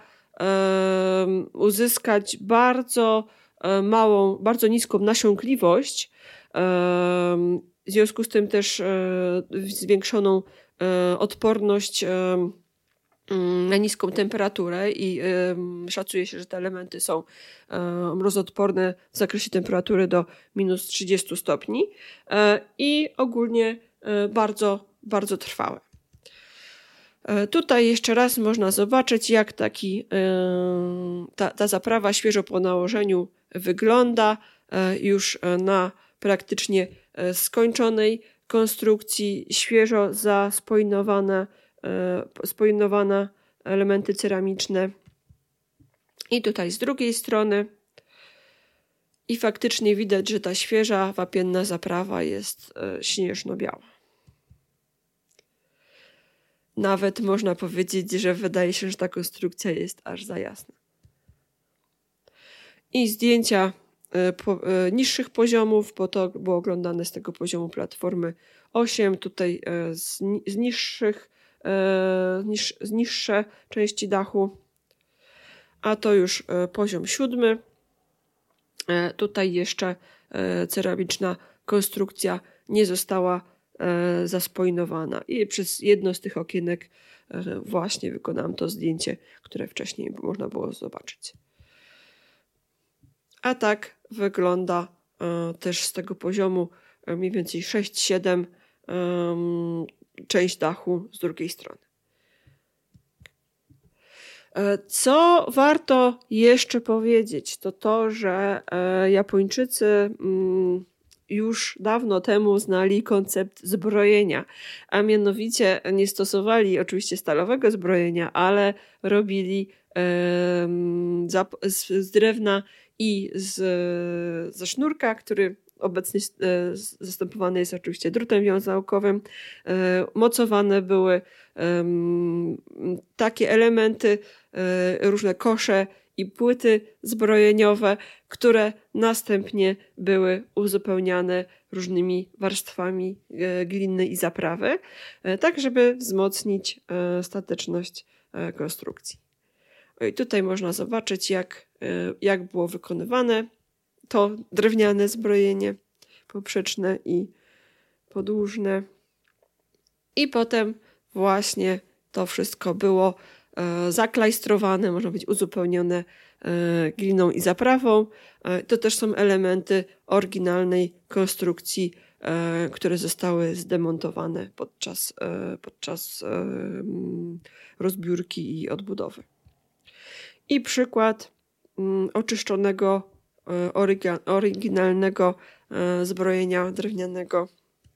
uzyskać bardzo małą, bardzo niską nasiąkliwość, w związku z tym też zwiększoną odporność na niską temperaturę i y, szacuje się, że te elementy są y, mrozoodporne w zakresie temperatury do minus trzydzieści stopni y, i ogólnie y, bardzo, bardzo trwałe. Y, tutaj jeszcze raz można zobaczyć, jak taki, y, ta, ta zaprawa świeżo po nałożeniu wygląda y, już na praktycznie y, skończonej konstrukcji, świeżo zaspoinowane spojnowane elementy ceramiczne i tutaj z drugiej strony i faktycznie widać, że ta świeża wapienna zaprawa jest śnieżno-biała. Nawet można powiedzieć, że wydaje się, że ta konstrukcja jest aż za jasna. I zdjęcia po, niższych poziomów, bo to było oglądane z tego poziomu platformy osiem, tutaj z, z niższych Niż, z niższe części dachu, a to już poziom siódmy. Tutaj jeszcze ceramiczna konstrukcja nie została zaspoinowana i przez jedno z tych okienek właśnie wykonałam to zdjęcie, które wcześniej można było zobaczyć. A tak wygląda też z tego poziomu mniej więcej sześć siedem część dachu z drugiej strony. Co warto jeszcze powiedzieć, to to, że Japończycy już dawno temu znali koncept zbrojenia, a mianowicie nie stosowali oczywiście stalowego zbrojenia, ale robili z, z drewna i z, ze sznurka, który obecnie zastępowany jest oczywiście drutem wiązałkowym. Mocowane były takie elementy, różne kosze i płyty zbrojeniowe, które następnie były uzupełniane różnymi warstwami gliny i zaprawy, tak żeby wzmocnić stateczność konstrukcji. I tutaj można zobaczyć, jak, jak było wykonywane to drewniane zbrojenie poprzeczne i podłużne. I potem właśnie to wszystko było e, zaklajstrowane, można być uzupełnione e, gliną i zaprawą. E, to też są elementy oryginalnej konstrukcji, e, które zostały zdemontowane podczas, e, podczas e, rozbiórki i odbudowy. I przykład mm, oczyszczonego, e, oryga, oryginalnego e, zbrojenia drewnianego.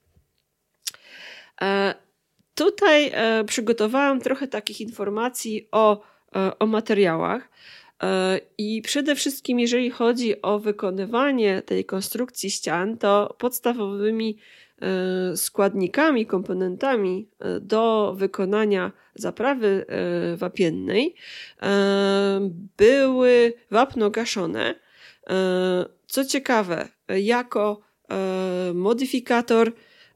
E, tutaj e, przygotowałam trochę takich informacji o, e, o materiałach e, i przede wszystkim jeżeli chodzi o wykonywanie tej konstrukcji ścian, to podstawowymi e, składnikami, komponentami e, do wykonania zaprawy e, wapiennej e, były wapno gaszone. E, co ciekawe, jako e, modyfikator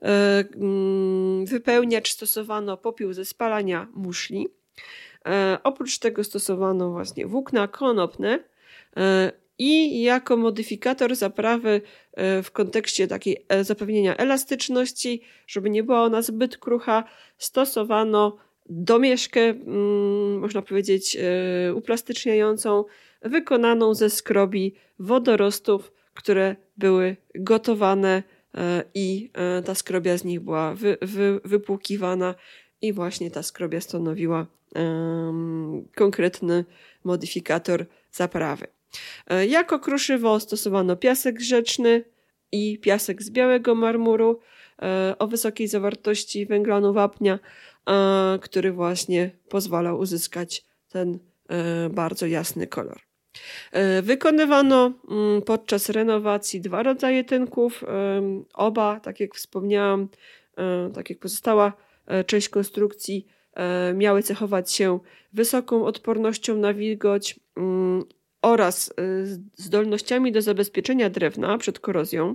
wypełniacz stosowano popiół ze spalania muszli. E, oprócz tego stosowano właśnie włókna konopne e, i jako modyfikator zaprawy e, w kontekście takiej e, zapewnienia elastyczności, żeby nie była ona zbyt krucha, stosowano domieszkę, mm, można powiedzieć e, uplastyczniającą, wykonaną ze skrobi wodorostów, które były gotowane i ta skrobia z nich była wy, wy, wypłukiwana i właśnie ta skrobia stanowiła um, konkretny modyfikator zaprawy. E, jako kruszywo stosowano piasek rzeczny i piasek z białego marmuru e, o wysokiej zawartości węglanu wapnia, e, który właśnie pozwalał uzyskać ten e, bardzo jasny kolor. Wykonywano podczas renowacji dwa rodzaje tynków. Oba, tak jak wspomniałam, tak jak pozostała część konstrukcji, miały cechować się wysoką odpornością na wilgoć oraz zdolnościami do zabezpieczenia drewna przed korozją.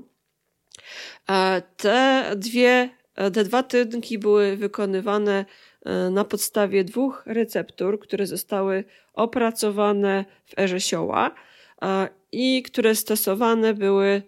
Te dwie, te dwa tynki były wykonywane na podstawie dwóch receptur, które zostały opracowane w erze Sioła i które stosowane były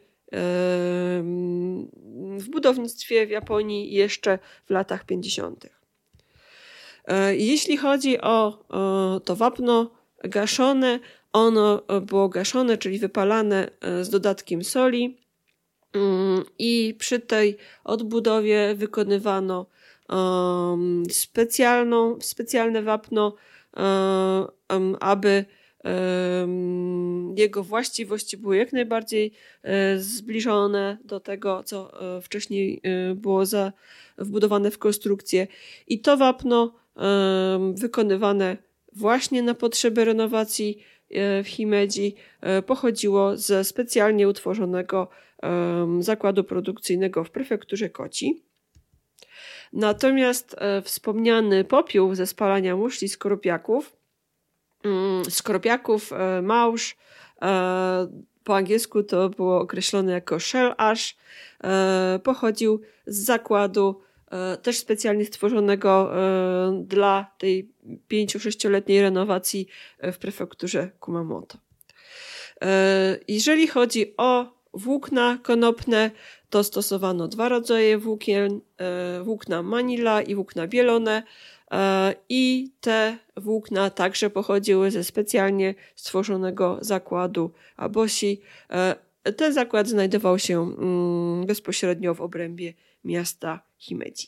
w budownictwie w Japonii jeszcze w latach pięćdziesiątych. Jeśli chodzi o to wapno gaszone, ono było gaszone, czyli wypalane z dodatkiem soli i przy tej odbudowie wykonywano Um, specjalną, specjalne wapno, um, aby um, jego właściwości były jak najbardziej um, zbliżone do tego, co um, wcześniej um, było za, wbudowane w konstrukcję. I to wapno um, wykonywane właśnie na potrzeby renowacji um, w Himedzi um, pochodziło ze specjalnie utworzonego um, zakładu produkcyjnego w prefekturze Kochi. Natomiast e, wspomniany popiół ze spalania muszli skorupiaków, mm, skorupiaków, e, małż, e, po angielsku to było określone jako shell ash, e, pochodził z zakładu e, też specjalnie stworzonego e, dla tej pięcio-sześcioletniej renowacji w prefekturze Kumamoto. E, jeżeli chodzi o włókna konopne, to stosowano dwa rodzaje włókien, włókna manila i włókna bielone i te włókna także pochodziły ze specjalnie stworzonego zakładu Aboshi. Ten zakład znajdował się bezpośrednio w obrębie miasta Himedzi.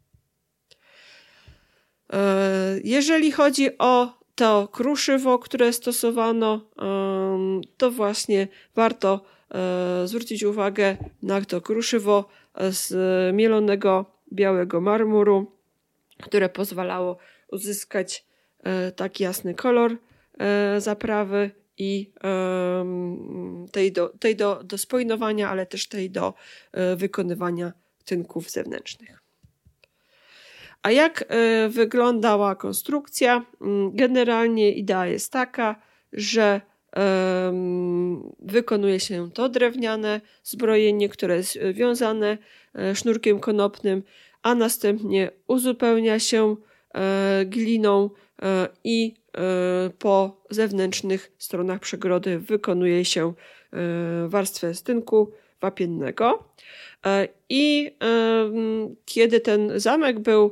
Jeżeli chodzi o to kruszywo, które stosowano, to właśnie warto zwrócić uwagę na to kruszywo z mielonego białego marmuru, które pozwalało uzyskać tak jasny kolor zaprawy i tej, do, tej do, do spojnowania, ale też tej do wykonywania tynków zewnętrznych. A jak wyglądała konstrukcja? Generalnie idea jest taka, że wykonuje się to drewniane zbrojenie, które jest wiązane sznurkiem konopnym, a następnie uzupełnia się gliną i po zewnętrznych stronach przegrody wykonuje się warstwę z tynku wapiennego. I kiedy ten zamek był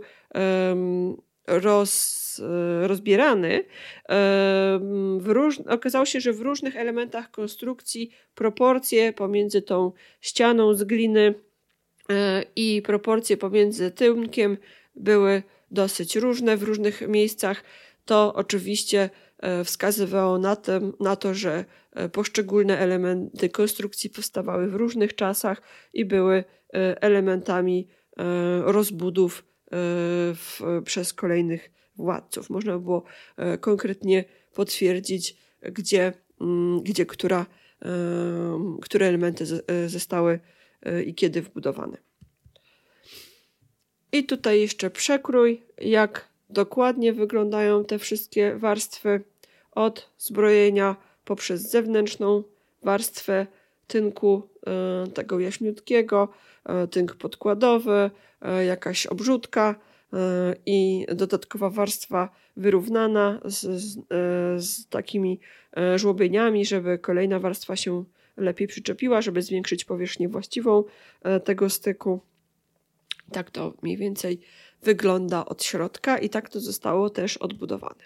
roz, rozbierany, w róż, okazało się, że w różnych elementach konstrukcji proporcje pomiędzy tą ścianą z gliny i proporcje pomiędzy tynkiem były dosyć różne w różnych miejscach. To oczywiście wskazywało na, tym, na to, że poszczególne elementy konstrukcji powstawały w różnych czasach i były elementami rozbudów w, przez kolejnych władców. Można było konkretnie potwierdzić, gdzie, gdzie która, które elementy zostały i kiedy wbudowane. I tutaj jeszcze przekrój, jak dokładnie wyglądają te wszystkie warstwy od zbrojenia poprzez zewnętrzną warstwę tynku tego jaśniutkiego, tynk podkładowy, jakaś obrzutka i dodatkowa warstwa wyrównana z, z, z takimi żłobieniami, żeby kolejna warstwa się lepiej przyczepiła, żeby zwiększyć powierzchnię właściwą tego styku. Tak to mniej więcej wygląda od środka i tak to zostało też odbudowane.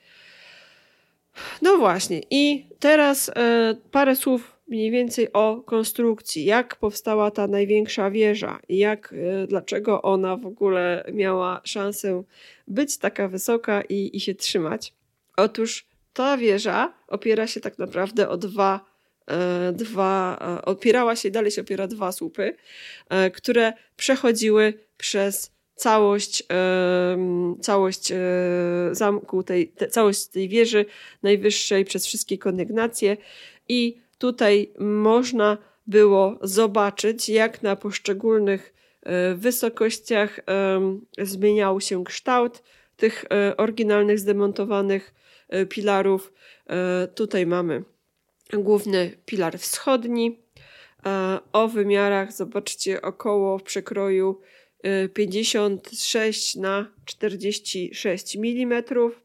No właśnie, i teraz e, parę słów mniej więcej o konstrukcji. Jak powstała ta największa wieża i jak, e, dlaczego ona w ogóle miała szansę być taka wysoka i, i się trzymać. Otóż ta wieża opiera się tak naprawdę o dwa, e, dwa e, opierała się i dalej się opiera dwa słupy, e, które przechodziły przez całość, e, całość e, zamku, tej, te, całość tej wieży najwyższej przez wszystkie kondygnacje i tutaj można było zobaczyć, jak na poszczególnych e, wysokościach e, zmieniał się kształt tych e, oryginalnych zdemontowanych e, pilarów. E, tutaj mamy główny pilar wschodni e, o wymiarach, zobaczcie, około w przekroju pięćdziesiąt sześć na czterdzieści sześć milimetrów.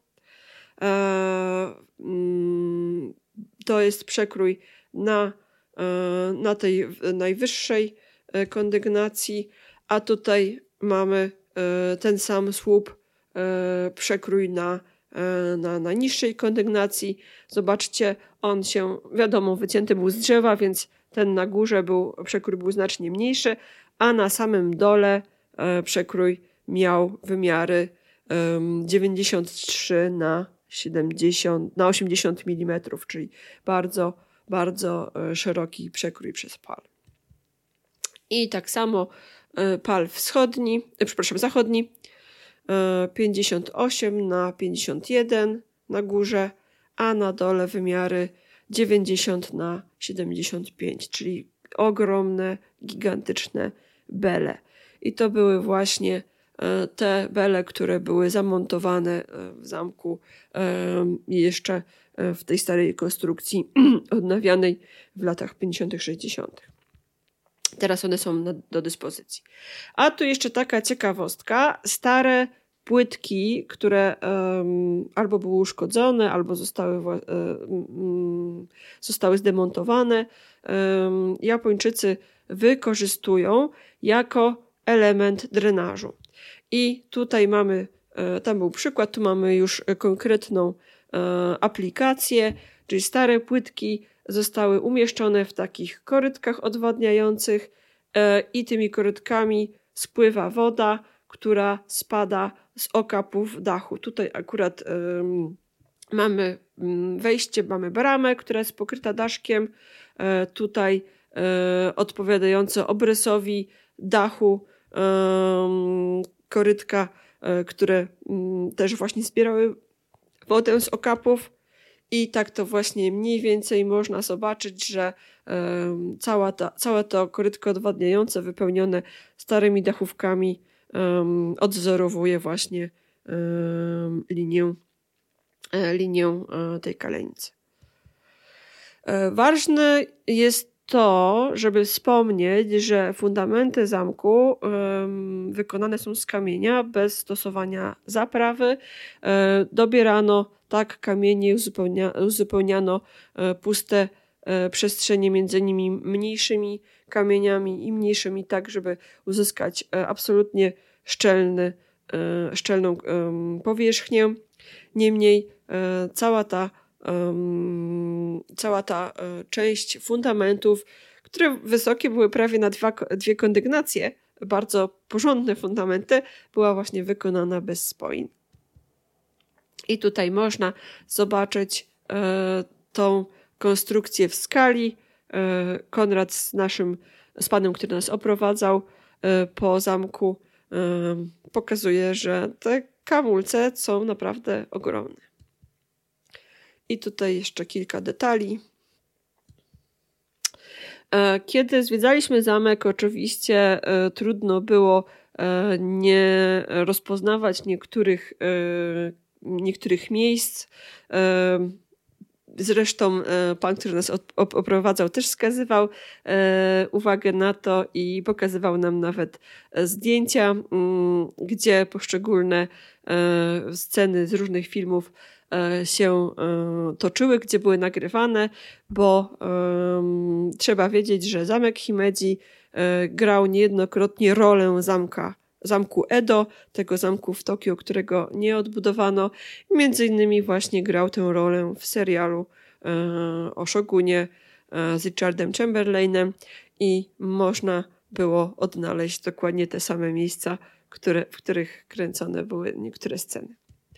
To jest przekrój na, na tej najwyższej kondygnacji, a tutaj mamy ten sam słup przekrój na, na, na niższej kondygnacji. Zobaczcie, on się, wiadomo, wycięty był z drzewa, więc ten na górze był, przekrój był znacznie mniejszy, a na samym dole przekrój miał wymiary dziewięćdziesiąt trzy na siedemdziesiąt, na osiemdziesiąt milimetrów, czyli bardzo, bardzo szeroki przekrój przez pal. I tak samo pal wschodni, przepraszam, zachodni, pięćdziesiąt osiem na pięćdziesiąt jeden na górze, a na dole wymiary dziewięćdziesiąt na siedemdziesiąt pięć, czyli ogromne, gigantyczne bele. I to były właśnie te bele, które były zamontowane w zamku jeszcze w tej starej konstrukcji odnawianej w latach pięćdziesiątych, sześćdziesiątych. Teraz one są do dyspozycji. A tu jeszcze taka ciekawostka. Stare płytki, które um, albo były uszkodzone, albo zostały, um, zostały zdemontowane, um, Japończycy wykorzystują jako element drenażu. I tutaj mamy, tam był przykład, tu mamy już konkretną aplikację, czyli stare płytki zostały umieszczone w takich korytkach odwadniających i tymi korytkami spływa woda, która spada z okapów dachu. Tutaj akurat um, mamy wejście, mamy bramę, która jest pokryta daszkiem. Tutaj odpowiadające obrysowi dachu korytka, które też właśnie zbierały wodę z okapów. I tak to właśnie mniej więcej można zobaczyć, że um, cała ta, całe to korytko odwadniające wypełnione starymi dachówkami um, odwzorowuje właśnie um, linię, e, linię e, tej kalenicy. E, ważne jest to, żeby wspomnieć, że fundamenty zamku um, wykonane są z kamienia bez stosowania zaprawy. E, dobierano tak kamienie, uzupełnia, uzupełniano e, puste e, przestrzenie między nimi mniejszymi kamieniami i mniejszymi, tak żeby uzyskać e, absolutnie szczelny, e, szczelną e, powierzchnię. Niemniej e, cała ta Um, cała ta e, część fundamentów, które wysokie były prawie na dwa, dwie kondygnacje, bardzo porządne fundamenty, była właśnie wykonana bez spoin. I tutaj można zobaczyć e, tą konstrukcję w skali. E, Konrad z naszym, z panem, który nas oprowadzał e, po zamku, e, pokazuje, że te kamulce są naprawdę ogromne. I tutaj jeszcze kilka detali. Kiedy zwiedzaliśmy zamek, oczywiście trudno było nie rozpoznawać niektórych, niektórych miejsc. Zresztą pan, który nas oprowadzał, też wskazywał uwagę na to i pokazywał nam nawet zdjęcia, gdzie poszczególne sceny z różnych filmów się toczyły, gdzie były nagrywane, bo um, trzeba wiedzieć, że zamek Himeji e, grał niejednokrotnie rolę zamka, zamku Edo, tego zamku w Tokio, którego nie odbudowano. Między innymi właśnie grał tę rolę w serialu e, o Shogunie e, z Richardem Chamberlainem i można było odnaleźć dokładnie te same miejsca, które, w których kręcone były niektóre sceny.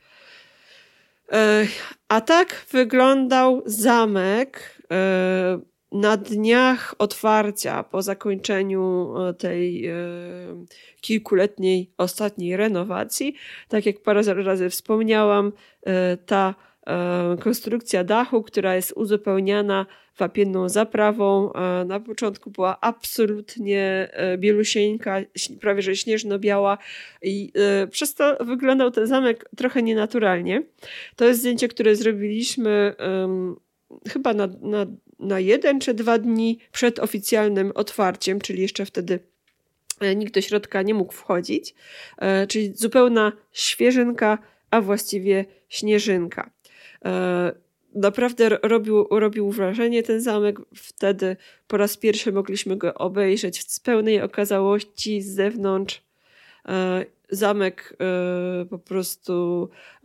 A tak wyglądał zamek na dniach otwarcia po zakończeniu tej kilkuletniej ostatniej renowacji. Tak jak parę razy wspomniałam, ta konstrukcja dachu, która jest uzupełniana wapienną zaprawą, na początku była absolutnie bielusieńka, prawie że śnieżno-biała i przez to wyglądał ten zamek trochę nienaturalnie. To jest zdjęcie, które zrobiliśmy um, chyba na, na, na jeden czy dwa dni przed oficjalnym otwarciem, czyli jeszcze wtedy nikt do środka nie mógł wchodzić, czyli zupełna świeżynka, a właściwie śnieżynka. Naprawdę robił, robił wrażenie ten zamek. Wtedy po raz pierwszy mogliśmy go obejrzeć w pełnej okazałości z zewnątrz. Zamek po prostu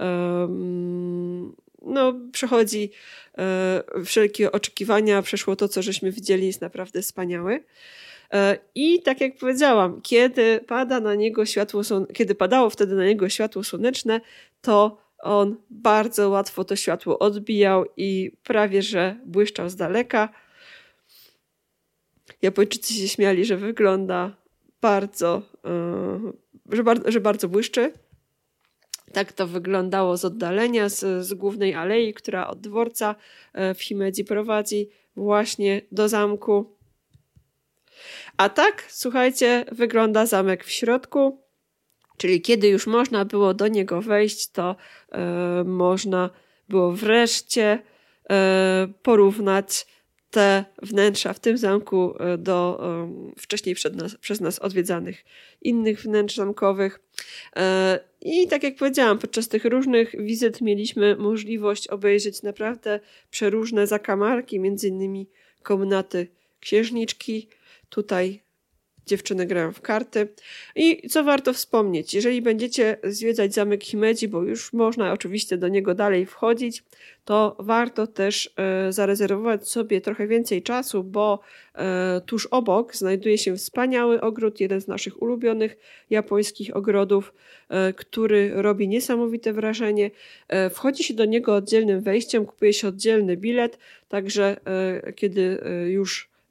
no, przechodzi wszelkie oczekiwania. Przeszło to, co żeśmy widzieli, jest naprawdę wspaniały. I tak jak powiedziałam, kiedy pada na niego światło, kiedy padało wtedy na niego światło słoneczne, to on bardzo łatwo to światło odbijał i prawie że błyszczał z daleka. Japończycy się śmiali, że wygląda bardzo, że, bar- że bardzo błyszczy. Tak to wyglądało z oddalenia, z, z głównej alei, która od dworca w Himeji prowadzi właśnie do zamku. A tak, słuchajcie, wygląda zamek w środku. Czyli kiedy już można było do niego wejść, to e, można było wreszcie e, porównać te wnętrza w tym zamku do e, wcześniej przed nas, przez nas odwiedzanych innych wnętrz zamkowych. E, I tak jak powiedziałam, podczas tych różnych wizyt mieliśmy możliwość obejrzeć naprawdę przeróżne zakamarki, między innymi komnaty księżniczki. Tutaj dziewczyny grają w karty. I co warto wspomnieć, jeżeli będziecie zwiedzać zamek Himeji, bo już można oczywiście do niego dalej wchodzić, to warto też e, zarezerwować sobie trochę więcej czasu, bo e, tuż obok znajduje się wspaniały ogród, jeden z naszych ulubionych japońskich ogrodów, e, który robi niesamowite wrażenie. E, wchodzi się do niego oddzielnym wejściem, kupuje się oddzielny bilet, także e, kiedy e, już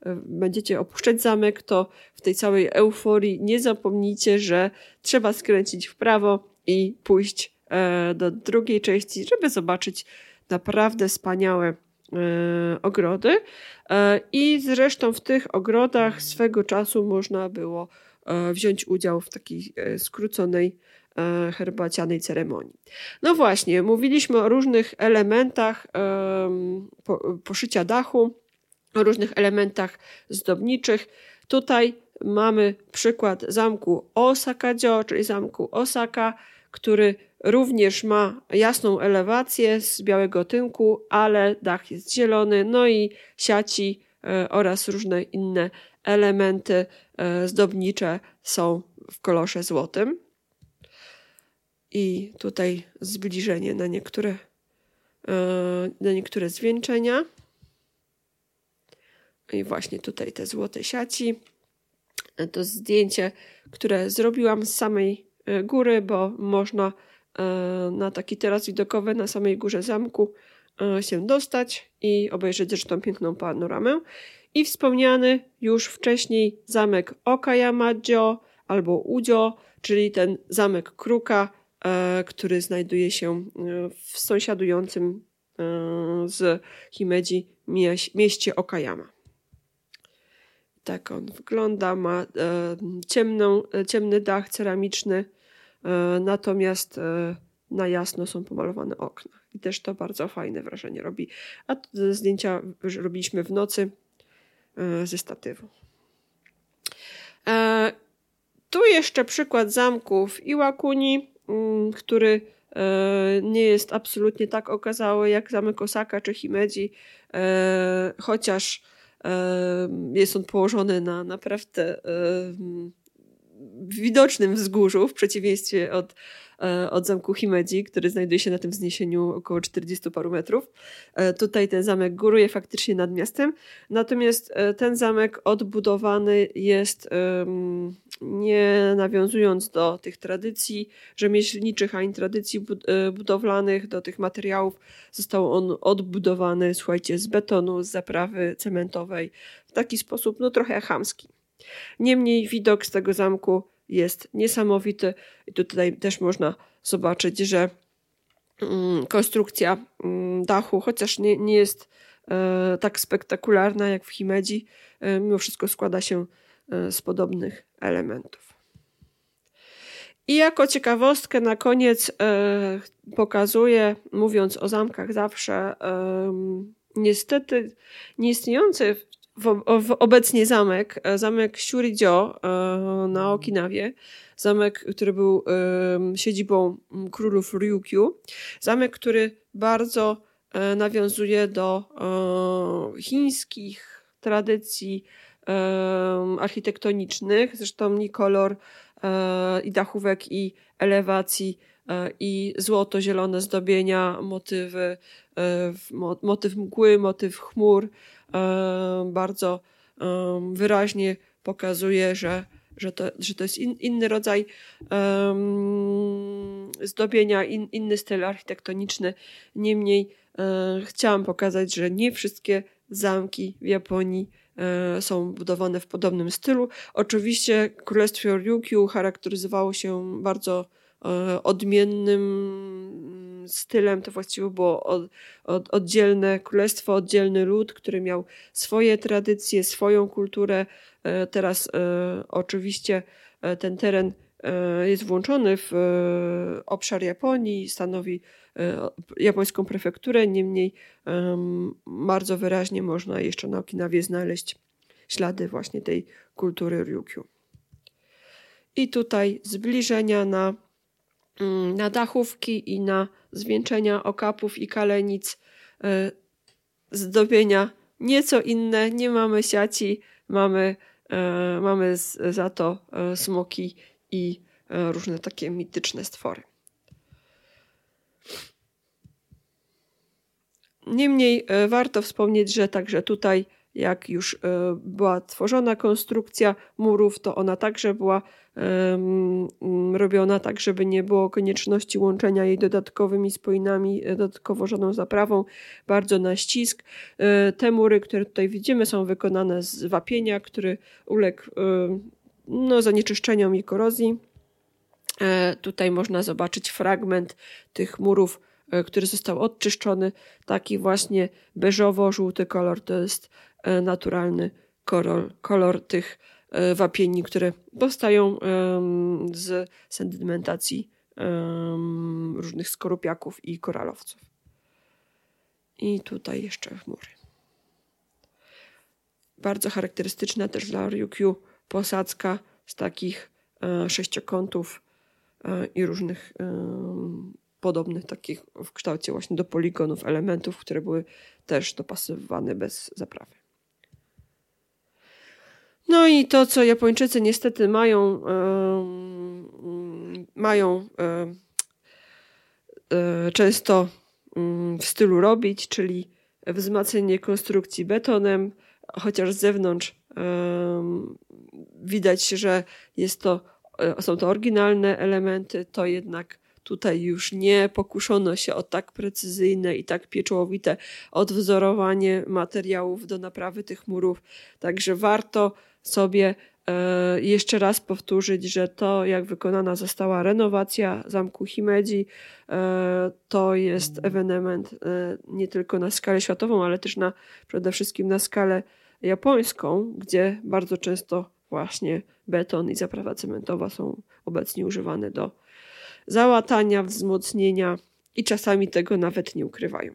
będziecie opuszczać zamek, to w tej całej euforii nie zapomnijcie, że trzeba skręcić w prawo i pójść do drugiej części, żeby zobaczyć naprawdę wspaniałe ogrody. I zresztą w tych ogrodach swego czasu można było wziąć udział w takiej skróconej herbacianej ceremonii. No właśnie, mówiliśmy o różnych elementach poszycia dachu, o różnych elementach zdobniczych. Tutaj mamy przykład zamku Osaka-jo, czyli zamku Osaka, który również ma jasną elewację z białego tynku, ale dach jest zielony, no i siaci oraz różne inne elementy zdobnicze są w kolorze złotym. I tutaj zbliżenie na niektóre, na niektóre zwieńczenia. I właśnie tutaj te złote siaci. To zdjęcie, które zrobiłam z samej góry, bo można na taki taras widokowy na samej górze zamku się dostać i obejrzeć zresztą piękną panoramę. I wspomniany już wcześniej zamek Okayama-jo albo Ujo, czyli ten zamek Kruka, który znajduje się w sąsiadującym z Himeji mieście Okayama. Tak on wygląda, ma ciemną, ciemny dach ceramiczny, natomiast na jasno są pomalowane okna. I też to bardzo fajne wrażenie robi. A zdjęcia robiliśmy w nocy ze statywu. Tu jeszcze przykład zamku w Iwakuni, który nie jest absolutnie tak okazały jak zamek Osaka czy Himeji, chociaż jest on położony na naprawdę widocznym wzgórzu, w przeciwieństwie od, od zamku Himeji, który znajduje się na tym wzniesieniu około czterdziestu paru metrów. Tutaj ten zamek góruje faktycznie nad miastem, natomiast ten zamek odbudowany jest nie nawiązując do tych tradycji rzemieślniczych, ani tradycji budowlanych, do tych materiałów. Został on odbudowany, słuchajcie, z betonu, z zaprawy cementowej w taki sposób, no trochę chamski. Niemniej widok z tego zamku jest niesamowity i tutaj też można zobaczyć, że konstrukcja dachu, chociaż nie, nie jest tak spektakularna jak w Himeji, mimo wszystko składa się z podobnych elementów. I jako ciekawostkę na koniec pokazuję, mówiąc o zamkach zawsze, niestety nieistniejący W, w, obecnie zamek, zamek Shuri-jo na Okinawie, zamek, który był y, siedzibą królów Ryukyu, zamek, który bardzo y, nawiązuje do y, chińskich tradycji y, architektonicznych, zresztą i kolor y, i dachówek, i elewacji, y, i złoto-zielone zdobienia, motywy, y, mo, motyw mgły, motyw chmur, bardzo wyraźnie pokazuje, że, że, to, że to jest in, inny rodzaj um, zdobienia, in, inny styl architektoniczny. Niemniej um, chciałam pokazać, że nie wszystkie zamki w Japonii um, są budowane w podobnym stylu. Oczywiście Królestwo Ryukyu charakteryzowało się bardzo odmiennym stylem. To właściwie było od, od, oddzielne królestwo, oddzielny lud, który miał swoje tradycje, swoją kulturę. Teraz e, oczywiście ten teren e, jest włączony w e, obszar Japonii, stanowi e, japońską prefekturę, niemniej e, bardzo wyraźnie można jeszcze na Okinawie znaleźć ślady właśnie tej kultury Ryukyu. I tutaj zbliżenia na na dachówki i na zwieńczenia okapów i kalenic, zdobienia nieco inne. Nie mamy siaci, mamy, mamy za to smoki i różne takie mityczne stwory. Niemniej warto wspomnieć, że także tutaj jak już była tworzona konstrukcja murów, to ona także była robiona tak, żeby nie było konieczności łączenia jej dodatkowymi spojinami, dodatkowo żadną zaprawą, bardzo na ścisk. Te mury, które tutaj widzimy, są wykonane z wapienia, który uległ no, zanieczyszczeniom i korozji. Tutaj można zobaczyć fragment tych murów, który został odczyszczony. Taki właśnie beżowo-żółty kolor to jest naturalny kolor, kolor tych wapieni, które powstają z sedymentacji różnych skorupiaków i koralowców. I tutaj jeszcze mury. Bardzo charakterystyczna też dla Ryukyu posadzka z takich sześciokątów i różnych podobnych takich w kształcie właśnie do poligonów elementów, które były też dopasowywane bez zaprawy. No i to, co Japończycy niestety mają, yy, mają yy, yy, często yy, w stylu robić, czyli wzmacnianie konstrukcji betonem, chociaż z zewnątrz yy, widać, że jest to, yy, są to oryginalne elementy, to jednak tutaj już nie pokuszono się o tak precyzyjne i tak pieczołowite odwzorowanie materiałów do naprawy tych murów. Także warto sobie e, jeszcze raz powtórzyć, że to, jak wykonana została renowacja zamku Himeji, e, to jest ewenement e, nie tylko na skalę światową, ale też na, przede wszystkim na skalę japońską, gdzie bardzo często właśnie beton i zaprawa cementowa są obecnie używane do załatania, wzmocnienia i czasami tego nawet nie ukrywają.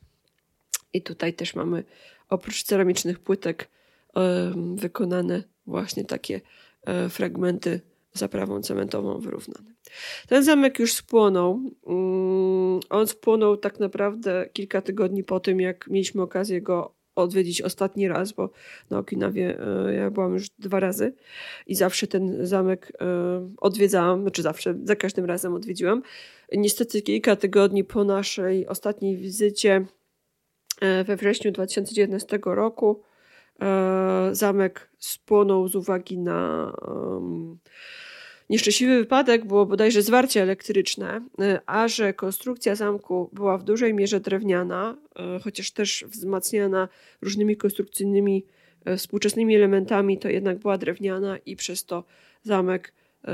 I tutaj też mamy oprócz ceramicznych płytek e, wykonane właśnie takie e, fragmenty zaprawą cementową wyrównane. Ten zamek już spłonął. Mm, on spłonął tak naprawdę kilka tygodni po tym, jak mieliśmy okazję go odwiedzić ostatni raz, bo na Okinawie e, ja byłam już dwa razy i zawsze ten zamek e, odwiedzałam, znaczy zawsze, za każdym razem odwiedziłam. Niestety kilka tygodni po naszej ostatniej wizycie e, we wrześniu dwa tysiące dziewiętnastego roku e, zamek spłonął z uwagi na um, nieszczęśliwy wypadek, było bodajże zwarcie elektryczne, a że konstrukcja zamku była w dużej mierze drewniana, chociaż też wzmacniana różnymi konstrukcyjnymi, współczesnymi elementami, to jednak była drewniana i przez to zamek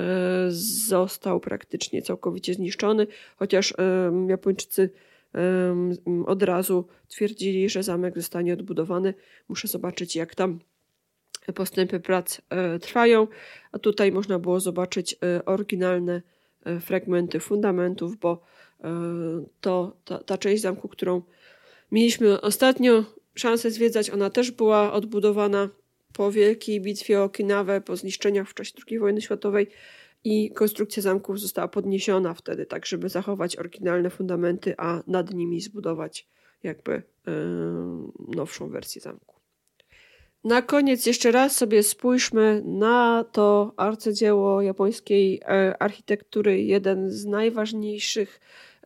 został praktycznie całkowicie zniszczony, chociaż Japończycy od razu twierdzili, że zamek zostanie odbudowany. Muszę zobaczyć, jak tam postępy prac e, trwają, a tutaj można było zobaczyć e, oryginalne e, fragmenty fundamentów, bo e, to ta, ta część zamku, którą mieliśmy ostatnio szansę zwiedzać, ona też była odbudowana po wielkiej bitwie o Okinawę, po zniszczeniach w czasie drugiej wojny światowej i konstrukcja zamków została podniesiona wtedy, tak żeby zachować oryginalne fundamenty, a nad nimi zbudować jakby e, nowszą wersję zamku. Na koniec jeszcze raz sobie spójrzmy na to arcydzieło japońskiej architektury, jeden z najważniejszych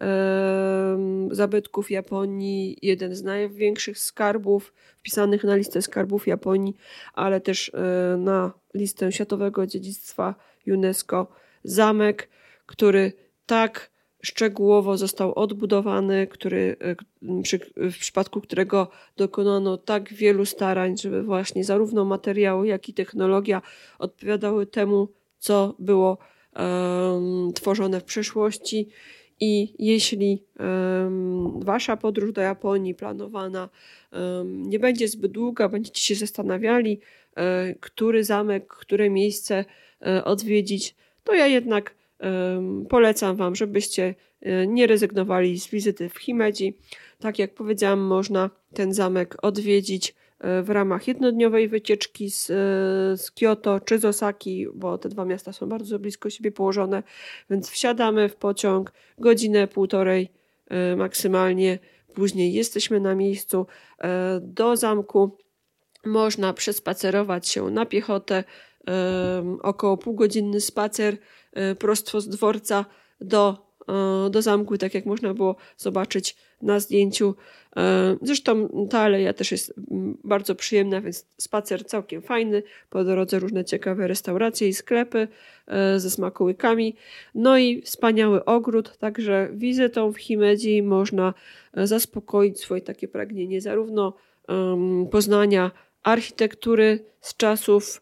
e, zabytków Japonii, jeden z największych skarbów wpisanych na listę skarbów Japonii, ale też e, na listę światowego dziedzictwa UNESCO. Zamek, który tak szczegółowo został odbudowany, który, przy, w przypadku którego dokonano tak wielu starań, żeby właśnie zarówno materiały, jak i technologia odpowiadały temu, co było um, tworzone w przeszłości. I jeśli um, wasza podróż do Japonii planowana um, nie będzie zbyt długa, będziecie się zastanawiali, um, który zamek, które miejsce um, odwiedzić, to ja jednak polecam wam, żebyście nie rezygnowali z wizyty w Himeji. Tak jak powiedziałam, można ten zamek odwiedzić w ramach jednodniowej wycieczki z, z Kyoto czy z Osaki, bo te dwa miasta są bardzo blisko siebie położone, więc wsiadamy w pociąg, godzinę, półtorej maksymalnie, później jesteśmy na miejscu. Do zamku można przespacerować się na piechotę, około półgodzinny spacer prosto z dworca do do zamku, tak jak można było zobaczyć na zdjęciu. Zresztą ta aleja też jest bardzo przyjemna, więc spacer całkiem fajny. Po drodze różne ciekawe restauracje i sklepy ze smakołykami. No i wspaniały ogród, także wizytą w Himedzi można zaspokoić swoje takie pragnienie zarówno poznania architektury z czasów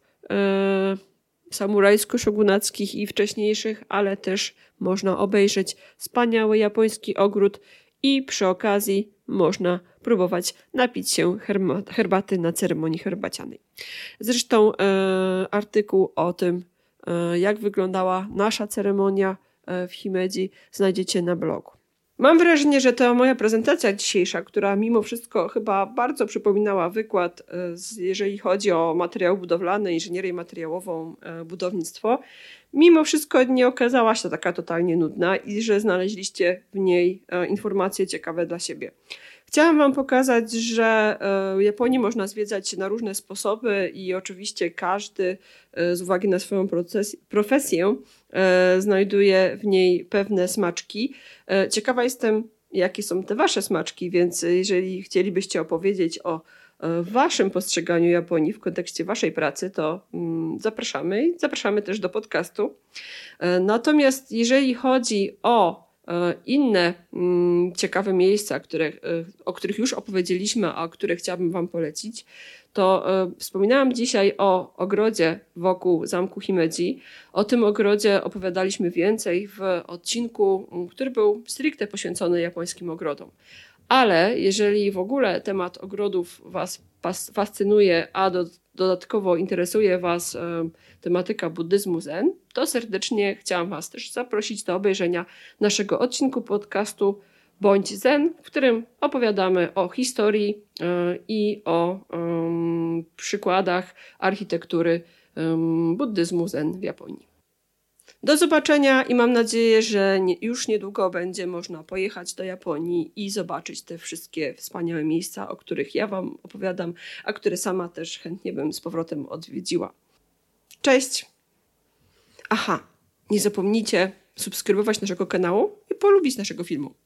samurajsko-szogunackich i wcześniejszych, ale też można obejrzeć wspaniały japoński ogród i przy okazji można próbować napić się herbaty na ceremonii herbacianej. Zresztą e, artykuł o tym, e, jak wyglądała nasza ceremonia w Himedzi, znajdziecie na blogu. Mam wrażenie, że ta moja prezentacja dzisiejsza, która mimo wszystko chyba bardzo przypominała wykład, jeżeli chodzi o materiał budowlany, inżynierię materiałową, budownictwo, mimo wszystko nie okazała się taka totalnie nudna i że znaleźliście w niej informacje ciekawe dla siebie. Chciałam Wam pokazać, że Japonię można zwiedzać na różne sposoby i oczywiście każdy z uwagi na swoją profesję znajduje w niej pewne smaczki. Ciekawa jestem, jakie są te Wasze smaczki, więc jeżeli chcielibyście opowiedzieć o Waszym postrzeganiu Japonii w kontekście Waszej pracy, to zapraszamy i zapraszamy też do podcastu. Natomiast jeżeli chodzi o inne ciekawe miejsca, które, o których już opowiedzieliśmy, a które chciałabym Wam polecić, to wspominałam dzisiaj o ogrodzie wokół zamku Himedzi. O tym ogrodzie opowiadaliśmy więcej w odcinku, który był stricte poświęcony japońskim ogrodom. Ale jeżeli w ogóle temat ogrodów Was fascynuje, a do, dodatkowo interesuje Was e, tematyka buddyzmu zen, to serdecznie chciałam Was też zaprosić do obejrzenia naszego odcinku podcastu Bądź Zen, w którym opowiadamy o historii e, i o e, przykładach architektury e, buddyzmu zen w Japonii. Do zobaczenia i mam nadzieję, że nie, już niedługo będzie można pojechać do Japonii i zobaczyć te wszystkie wspaniałe miejsca, o których ja Wam opowiadam, a które sama też chętnie bym z powrotem odwiedziła. Cześć! Aha, nie zapomnijcie subskrybować naszego kanału i polubić naszego filmu.